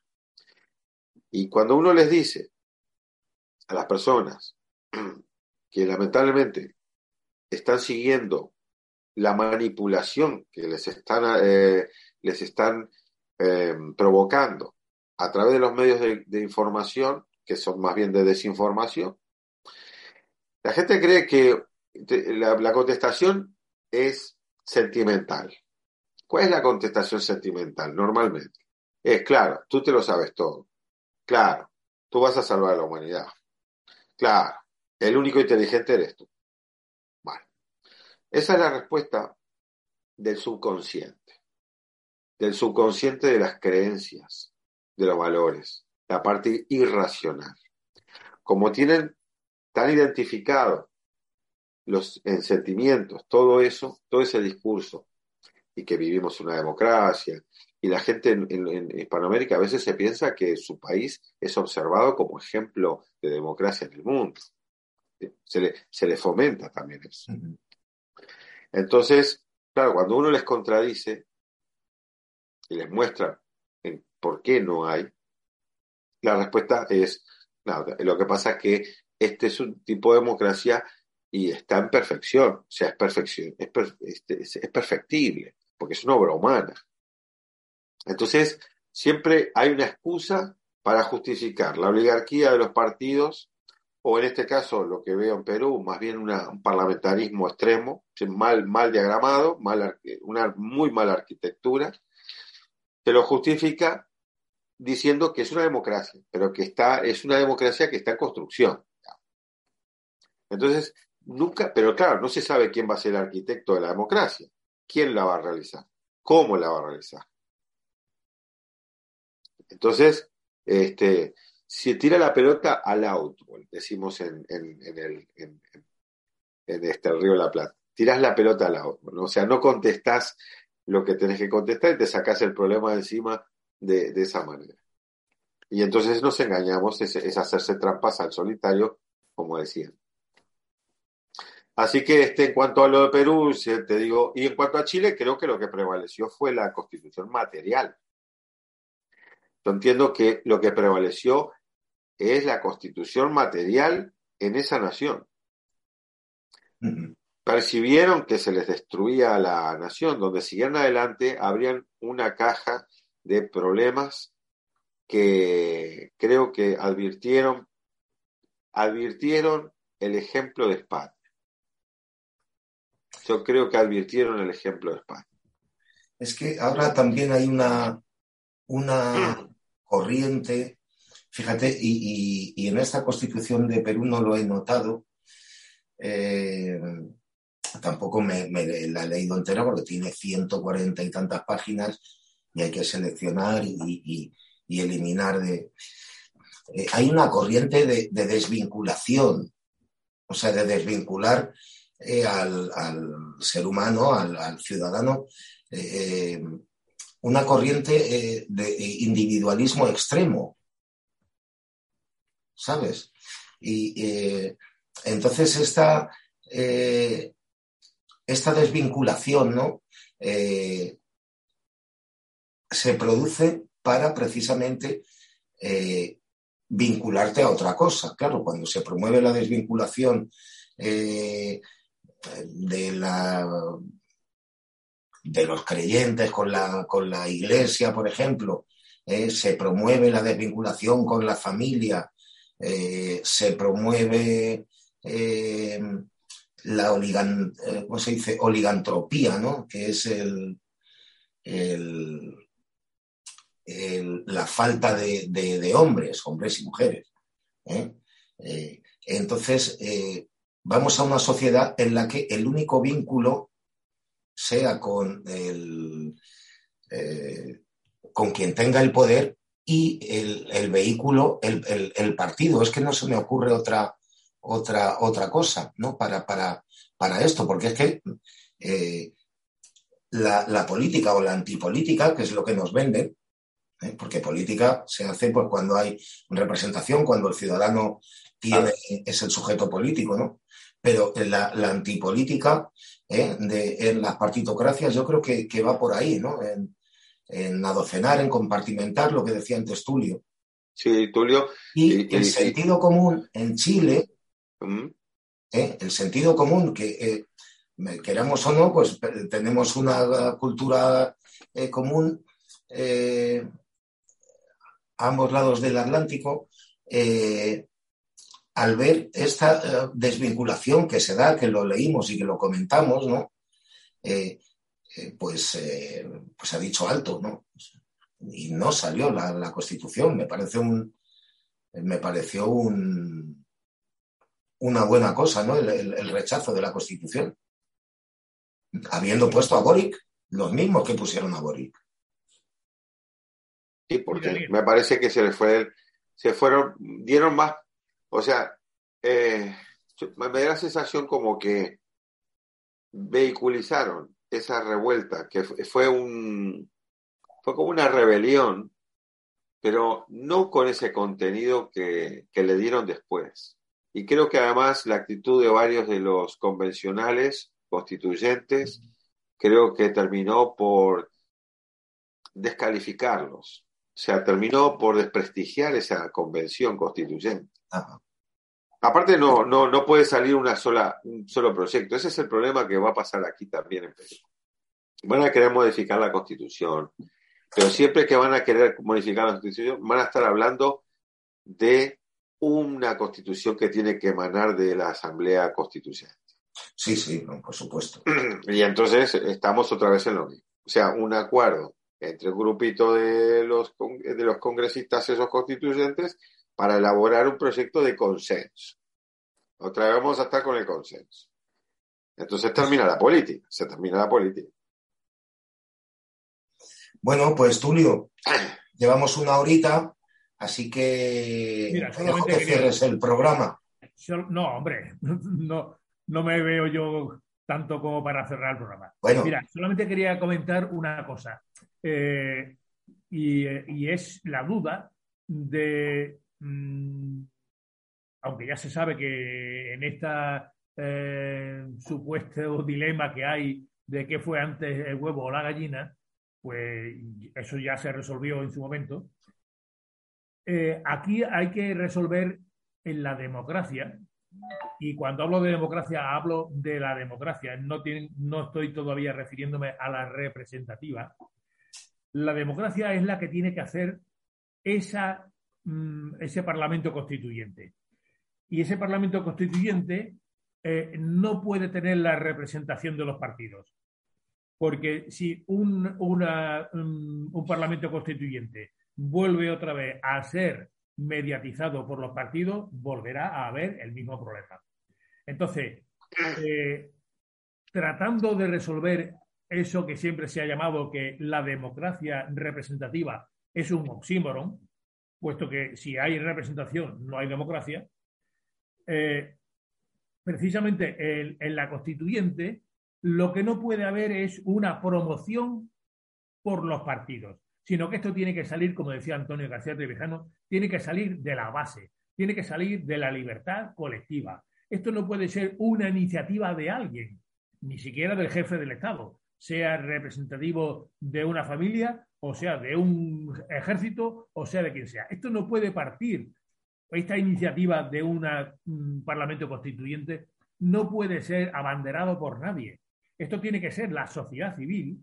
Y cuando uno les dice a las personas que lamentablemente están siguiendo la manipulación que les están, eh, les están eh, provocando a través de los medios de, de información, que son más bien de desinformación, la gente cree que la, la contestación es sentimental. ¿Cuál es la contestación sentimental? Normalmente es, claro, tú te lo sabes todo. Claro, tú vas a salvar a la humanidad. Claro, el único inteligente eres tú. Bueno, esa es la respuesta del subconsciente. Del subconsciente de las creencias, de los valores, la parte irracional. Como tienen tan identificado los en sentimientos, todo eso, todo ese discurso, y que vivimos una democracia, y la gente en, en, en Hispanoamérica a veces se piensa que su país es observado como ejemplo de democracia en el mundo. Se le, se le fomenta también eso. Uh-huh. Entonces, claro, cuando uno les contradice y les muestra en por qué no hay, la respuesta es, no, lo que pasa es que este es un tipo de democracia y está en perfección, o sea, es perfección, es, per, este, es, es perfectible, porque es una obra humana. Entonces, siempre hay una excusa para justificar la oligarquía de los partidos, o en este caso, lo que veo en Perú, más bien una, un parlamentarismo extremo, mal, mal diagramado, mal, una muy mala arquitectura, se lo justifica diciendo que es una democracia, pero que está, es una democracia que está en construcción. Entonces, nunca, pero claro, no se sabe quién va a ser el arquitecto de la democracia, quién la va a realizar, cómo la va a realizar. Entonces, este, si tira la pelota al outball, decimos en, en, en, el, en, en este el Río de la Plata, tirás la pelota al outball, ¿no? O sea, no contestás lo que tenés que contestar y te sacás el problema de encima de, de esa manera. Y entonces nos engañamos, es, es hacerse trampas al solitario, como decían. Así que este, en cuanto a lo de Perú, te digo, y en cuanto a Chile, creo que lo que prevaleció fue la constitución material. Yo entiendo que lo que prevaleció es la constitución material en esa nación. Uh-huh. Percibieron que se les destruía la nación, donde siguieran adelante habrían una caja de problemas que creo que advirtieron, advirtieron el ejemplo de España. Yo creo que advirtieron el ejemplo de España. Es que ahora también hay una, una corriente, fíjate, y, y, y en esta Constitución de Perú no lo he notado, eh, tampoco me, me la he leído entera porque tiene ciento cuarenta y tantas páginas y hay que seleccionar y, y, y eliminar de... Eh, hay una corriente de, de desvinculación, o sea, de desvincular eh, al, al ser humano, al, al ciudadano, eh, una corriente eh, de individualismo extremo, ¿sabes? Y eh, entonces esta, eh, esta desvinculación, ¿no? Eh, se produce para precisamente eh, vincularte a otra cosa. Claro, cuando se promueve la desvinculación eh, de la de los creyentes con la, con la iglesia, por ejemplo, eh, se promueve la desvinculación con la familia, eh, se promueve eh, la oligan, eh, ¿cómo se dice? Oligantropía, ¿no? Que es el, el, el la falta de, de, de hombres, hombres y mujeres. ¿eh? Eh, entonces, eh, vamos a una sociedad en la que el único vínculo sea con el eh, con quien tenga el poder y el, el vehículo, el, el, el partido. Es que no se me ocurre otra otra otra cosa, ¿no? Para, para, para esto, porque es que eh, la, la política o la antipolítica, que es lo que nos venden, ¿eh? Porque política se hace pues, cuando hay representación, cuando el ciudadano tiene, es el sujeto político, ¿no? Pero la, la antipolítica ¿eh? de, en las partitocracias yo creo que, que va por ahí, ¿no? En, en adocenar, en compartimentar, lo que decía antes Tulio. Sí, Tulio. Y, y el y, sentido y, común en Chile, ¿Mm? ¿eh? el sentido común, que eh, queramos o no, pues tenemos una cultura eh, común eh, a ambos lados del Atlántico, eh, al ver esta uh, desvinculación que se da, que lo leímos y que lo comentamos, ¿no? Eh, eh, pues, eh, pues ha dicho alto, ¿no? Y no salió la, la Constitución. Me parece un, me pareció un, una buena cosa, ¿no? El, el, el rechazo de la Constitución. Habiendo puesto a Boric, los mismos que pusieron a Boric. Sí, porque me parece que se les fue, se fueron, dieron más. O sea, eh, me da la sensación como que vehiculizaron esa revuelta, que fue un fue como una rebelión, pero no con ese contenido que, que le dieron después. Y creo que además la actitud de varios de los convencionales constituyentes creo que terminó por descalificarlos. O sea, terminó por desprestigiar esa convención constituyente. Ajá. Aparte no, no, no puede salir una sola, un solo proyecto. Ese es el problema que va a pasar aquí también en Perú. Van a querer modificar la Constitución, pero siempre que van a querer modificar la Constitución van a estar hablando de una Constitución que tiene que emanar de la Asamblea Constituyente. Sí, sí, no, por supuesto. Y entonces estamos otra vez en lo mismo. O sea, un acuerdo entre un grupito de los, de los congresistas esos constituyentes para elaborar un proyecto de consenso. Otra vez vamos a estar con el consenso. Entonces termina la política, se termina la política. Bueno, pues Tulio, llevamos una horita, así que Mira, te dejo que quería... cierres el programa. No, hombre, no, no me veo yo tanto como para cerrar el programa. Bueno. Mira, solamente quería comentar una cosa, eh, y, y es la duda de, mmm, aunque ya se sabe que en esta eh, supuesto dilema que hay de qué fue antes el huevo o la gallina, pues eso ya se resolvió en su momento. Eh, aquí hay que resolver en la democracia, y cuando hablo de democracia hablo de la democracia, no, tienen, no estoy todavía refiriéndome a la representativa. La democracia es la que tiene que hacer esa, mm, ese Parlamento Constituyente. Y ese Parlamento Constituyente eh, no puede tener la representación de los partidos. Porque si un, una, un, un Parlamento Constituyente vuelve otra vez a ser mediatizado por los partidos, volverá a haber el mismo problema. Entonces, eh, tratando de resolver eso que siempre se ha llamado que la democracia representativa es un oxímoron, puesto que si hay representación no hay democracia, eh, precisamente en, en la constituyente lo que no puede haber es una promoción por los partidos, sino que esto tiene que salir, como decía Antonio García Trevijano, tiene que salir de la base, tiene que salir de la libertad colectiva. Esto no puede ser una iniciativa de alguien, ni siquiera del jefe del Estado, sea representativo de una familia, o sea de un ejército, o sea de quien sea. Esto no puede partir, esta iniciativa de una, un Parlamento Constituyente no puede ser abanderado por nadie. Esto tiene que ser la sociedad civil,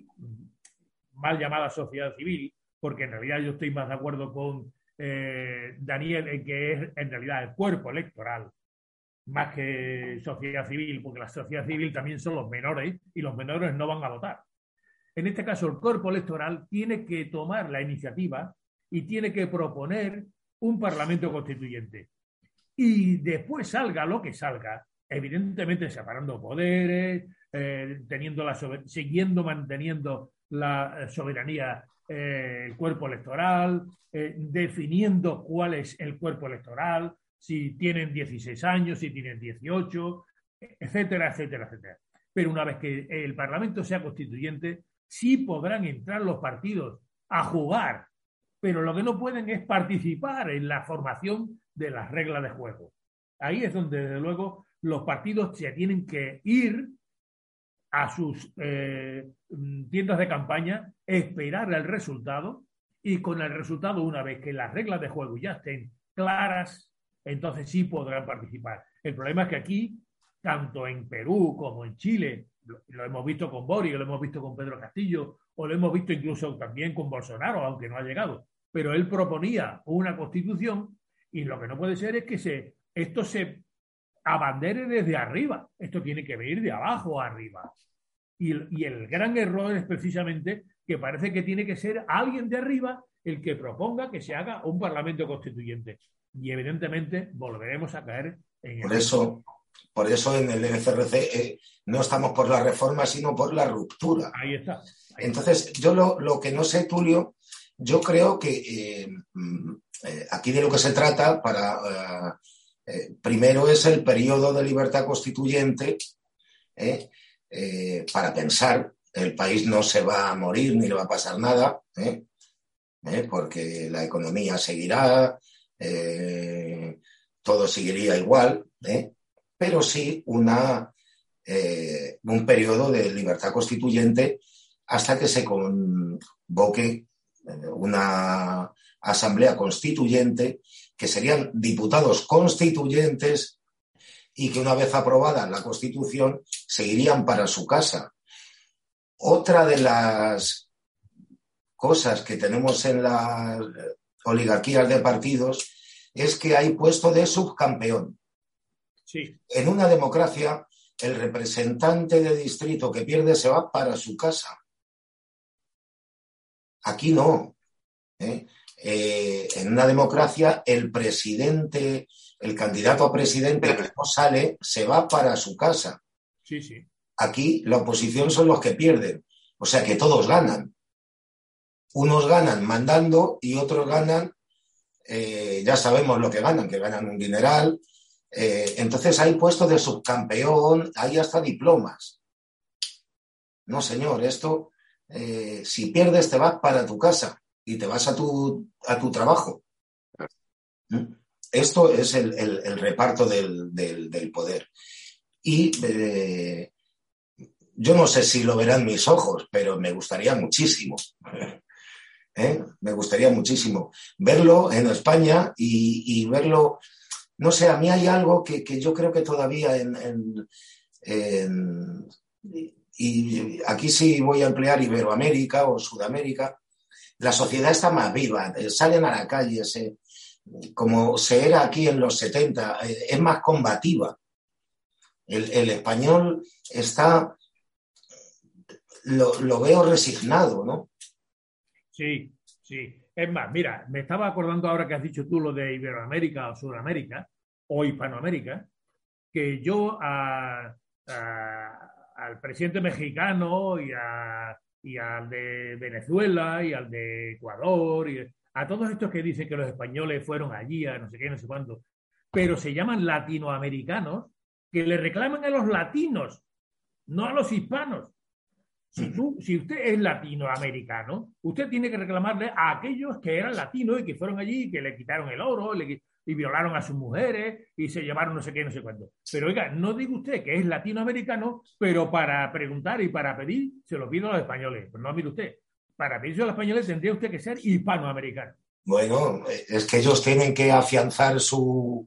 mal llamada sociedad civil, porque en realidad yo estoy más de acuerdo con eh, Daniel en que es en realidad el cuerpo electoral, más que sociedad civil, porque la sociedad civil también son los menores y los menores no van a votar. En este caso, el cuerpo electoral tiene que tomar la iniciativa y tiene que proponer un Parlamento Constituyente. Y después salga lo que salga, evidentemente separando poderes, eh, teniendo la siguiendo manteniendo la soberanía, eh, el cuerpo electoral, eh, definiendo cuál es el cuerpo electoral, si tienen dieciséis años, si tienen dieciocho, etcétera, etcétera, etcétera. Pero una vez que el Parlamento sea constituyente, sí podrán entrar los partidos a jugar, pero lo que no pueden es participar en la formación de las reglas de juego. Ahí es donde, desde luego, los partidos se tienen que ir a sus eh, tiendas de campaña, esperar el resultado, y con el resultado, una vez que las reglas de juego ya estén claras, entonces sí podrán participar. El problema es que aquí, tanto en Perú como en Chile, lo, lo hemos visto con Boric, lo hemos visto con Pedro Castillo, o lo hemos visto incluso también con Bolsonaro, aunque no ha llegado, pero él proponía una constitución, y lo que no puede ser es que se, esto se abandere desde arriba. Esto tiene que venir de abajo a arriba. Y, y el gran error es precisamente que parece que tiene que ser alguien de arriba el que proponga que se haga un Parlamento Constituyente. Y evidentemente volveremos a caer en por eso Por eso en el M C R C eh, no estamos por la reforma, sino por la ruptura. Ahí está. Ahí Entonces, está. yo lo, lo que no sé, Tulio, yo creo que eh, eh, aquí de lo que se trata para... Eh, Eh, primero es el periodo de libertad constituyente eh, eh, para pensar. El país no se va a morir ni le va a pasar nada, eh, eh, porque la economía seguirá, eh, todo seguiría igual, eh, pero sí una, eh, un periodo de libertad constituyente hasta que se convoque una asamblea constituyente, que serían diputados constituyentes y que una vez aprobada la Constitución seguirían para su casa. Otra de las cosas que tenemos en las oligarquías de partidos es que hay puesto de subcampeón. Sí. En una democracia, el representante de distrito que pierde se va para su casa. Aquí no. ¿eh? Eh, en una democracia, el presidente, el candidato a presidente que no sale, se va para su casa. Sí, sí. Aquí la oposición son los que pierden. O sea que todos ganan. Unos ganan mandando y otros ganan, eh, ya sabemos lo que ganan, que ganan un dineral. Eh, entonces hay puestos de subcampeón, hay hasta diplomas. No, señor, esto, eh, si pierdes te vas para tu casa y te vas a tu, a tu trabajo. Esto es el, el, el reparto del, del, del poder. y eh, yo no sé si lo verán mis ojos, pero me gustaría muchísimo, ¿eh? Me gustaría muchísimo verlo en España y, y verlo, no sé, a mí hay algo que, que yo creo que todavía en, en, en y aquí sí voy a emplear Iberoamérica o Sudamérica, la sociedad está más viva, salen a la calle, se, como se era aquí en los setenta, es más combativa. El, el español está, lo, lo veo resignado, ¿no? Sí, sí. Es más, mira, me estaba acordando ahora que has dicho tú lo de Iberoamérica o Sudamérica o Hispanoamérica, que yo a, a al presidente mexicano y, a, y al de Venezuela y al de Ecuador y a todos estos que dicen que los españoles fueron allí a no sé qué, no sé cuándo, pero se llaman latinoamericanos, que le reclaman a los latinos, no a los hispanos. Si, tú, si usted es latinoamericano, usted tiene que reclamarle a aquellos que eran latinos y que fueron allí y que le quitaron el oro, le, y violaron a sus mujeres y se llevaron no sé qué, no sé cuándo. Pero oiga, no diga usted que es latinoamericano, pero para preguntar y para pedir se lo pido a los españoles. Pues no, mire usted, para pedirse a los españoles tendría usted que ser hispanoamericano. Bueno, es que ellos tienen que afianzar su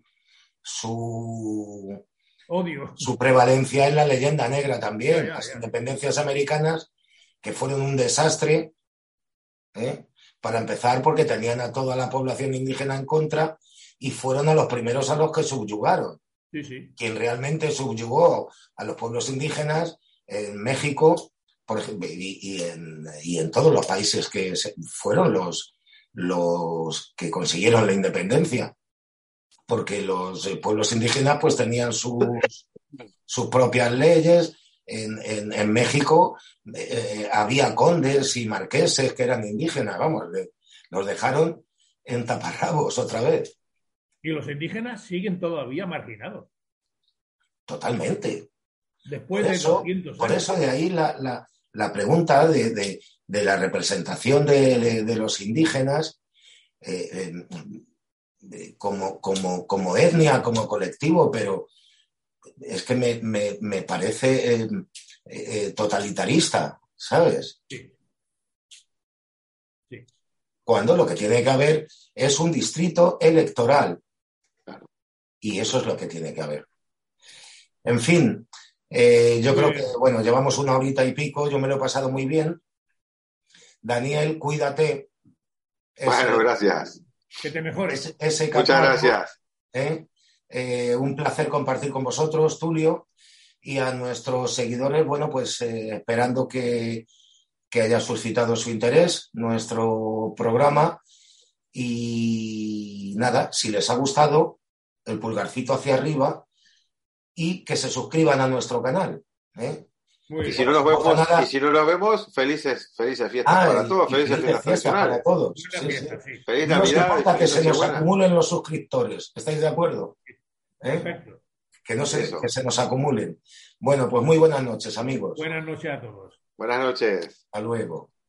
su odio, su prevalencia en la leyenda negra también. Ya, ya, Las ya. independencias americanas que fueron un desastre, ¿eh? Para empezar porque tenían a toda la población indígena en contra y fueron a los primeros a los que subyugaron. Sí, sí. Quien realmente subyugó a los pueblos indígenas en México, por ejemplo, y, y, en, y en todos los países que se, fueron los, los que consiguieron la independencia, porque los pueblos indígenas pues tenían sus, sus propias leyes. En, en, en México eh, había condes y marqueses que eran indígenas, vamos, los dejaron en taparrabos otra vez. Y los indígenas siguen todavía marginados. Totalmente. Después por de eso, doscientos años. Por eso de ahí la, la, la pregunta de, de, de la representación de, de, de los indígenas eh, eh, como, como, como etnia, como colectivo, pero es que me, me, me parece eh, eh, totalitarista, ¿sabes? Sí. Sí. Cuando lo que tiene que haber es un distrito electoral. Y eso es lo que tiene que haber. En fin, eh, yo creo que, bueno, llevamos una horita y pico, yo me lo he pasado muy bien. Daniel, cuídate. Bueno, ese, gracias. Que te mejores. Ese, ese Muchas catálogo, gracias. ¿eh? Eh, un placer compartir con vosotros, Tulio, y a nuestros seguidores, bueno, pues eh, esperando que, que haya suscitado su interés nuestro programa. Y nada, si les ha gustado, el pulgarcito hacia arriba y que se suscriban a nuestro canal, ¿eh? Y si no nos vemos, y si no nos vemos, felices, felices fiestas ah, para y, todos, y felices fiestas fiestas para todos. Sí, fiesta, sí. sí. Feliz No nos Navidad. importa que se nos buena. acumulen los suscriptores, ¿estáis de acuerdo? ¿Eh? Perfecto. Que no se, que se nos acumulen. Bueno, pues muy buenas noches, amigos. Buenas noches a todos. Buenas noches. Hasta luego.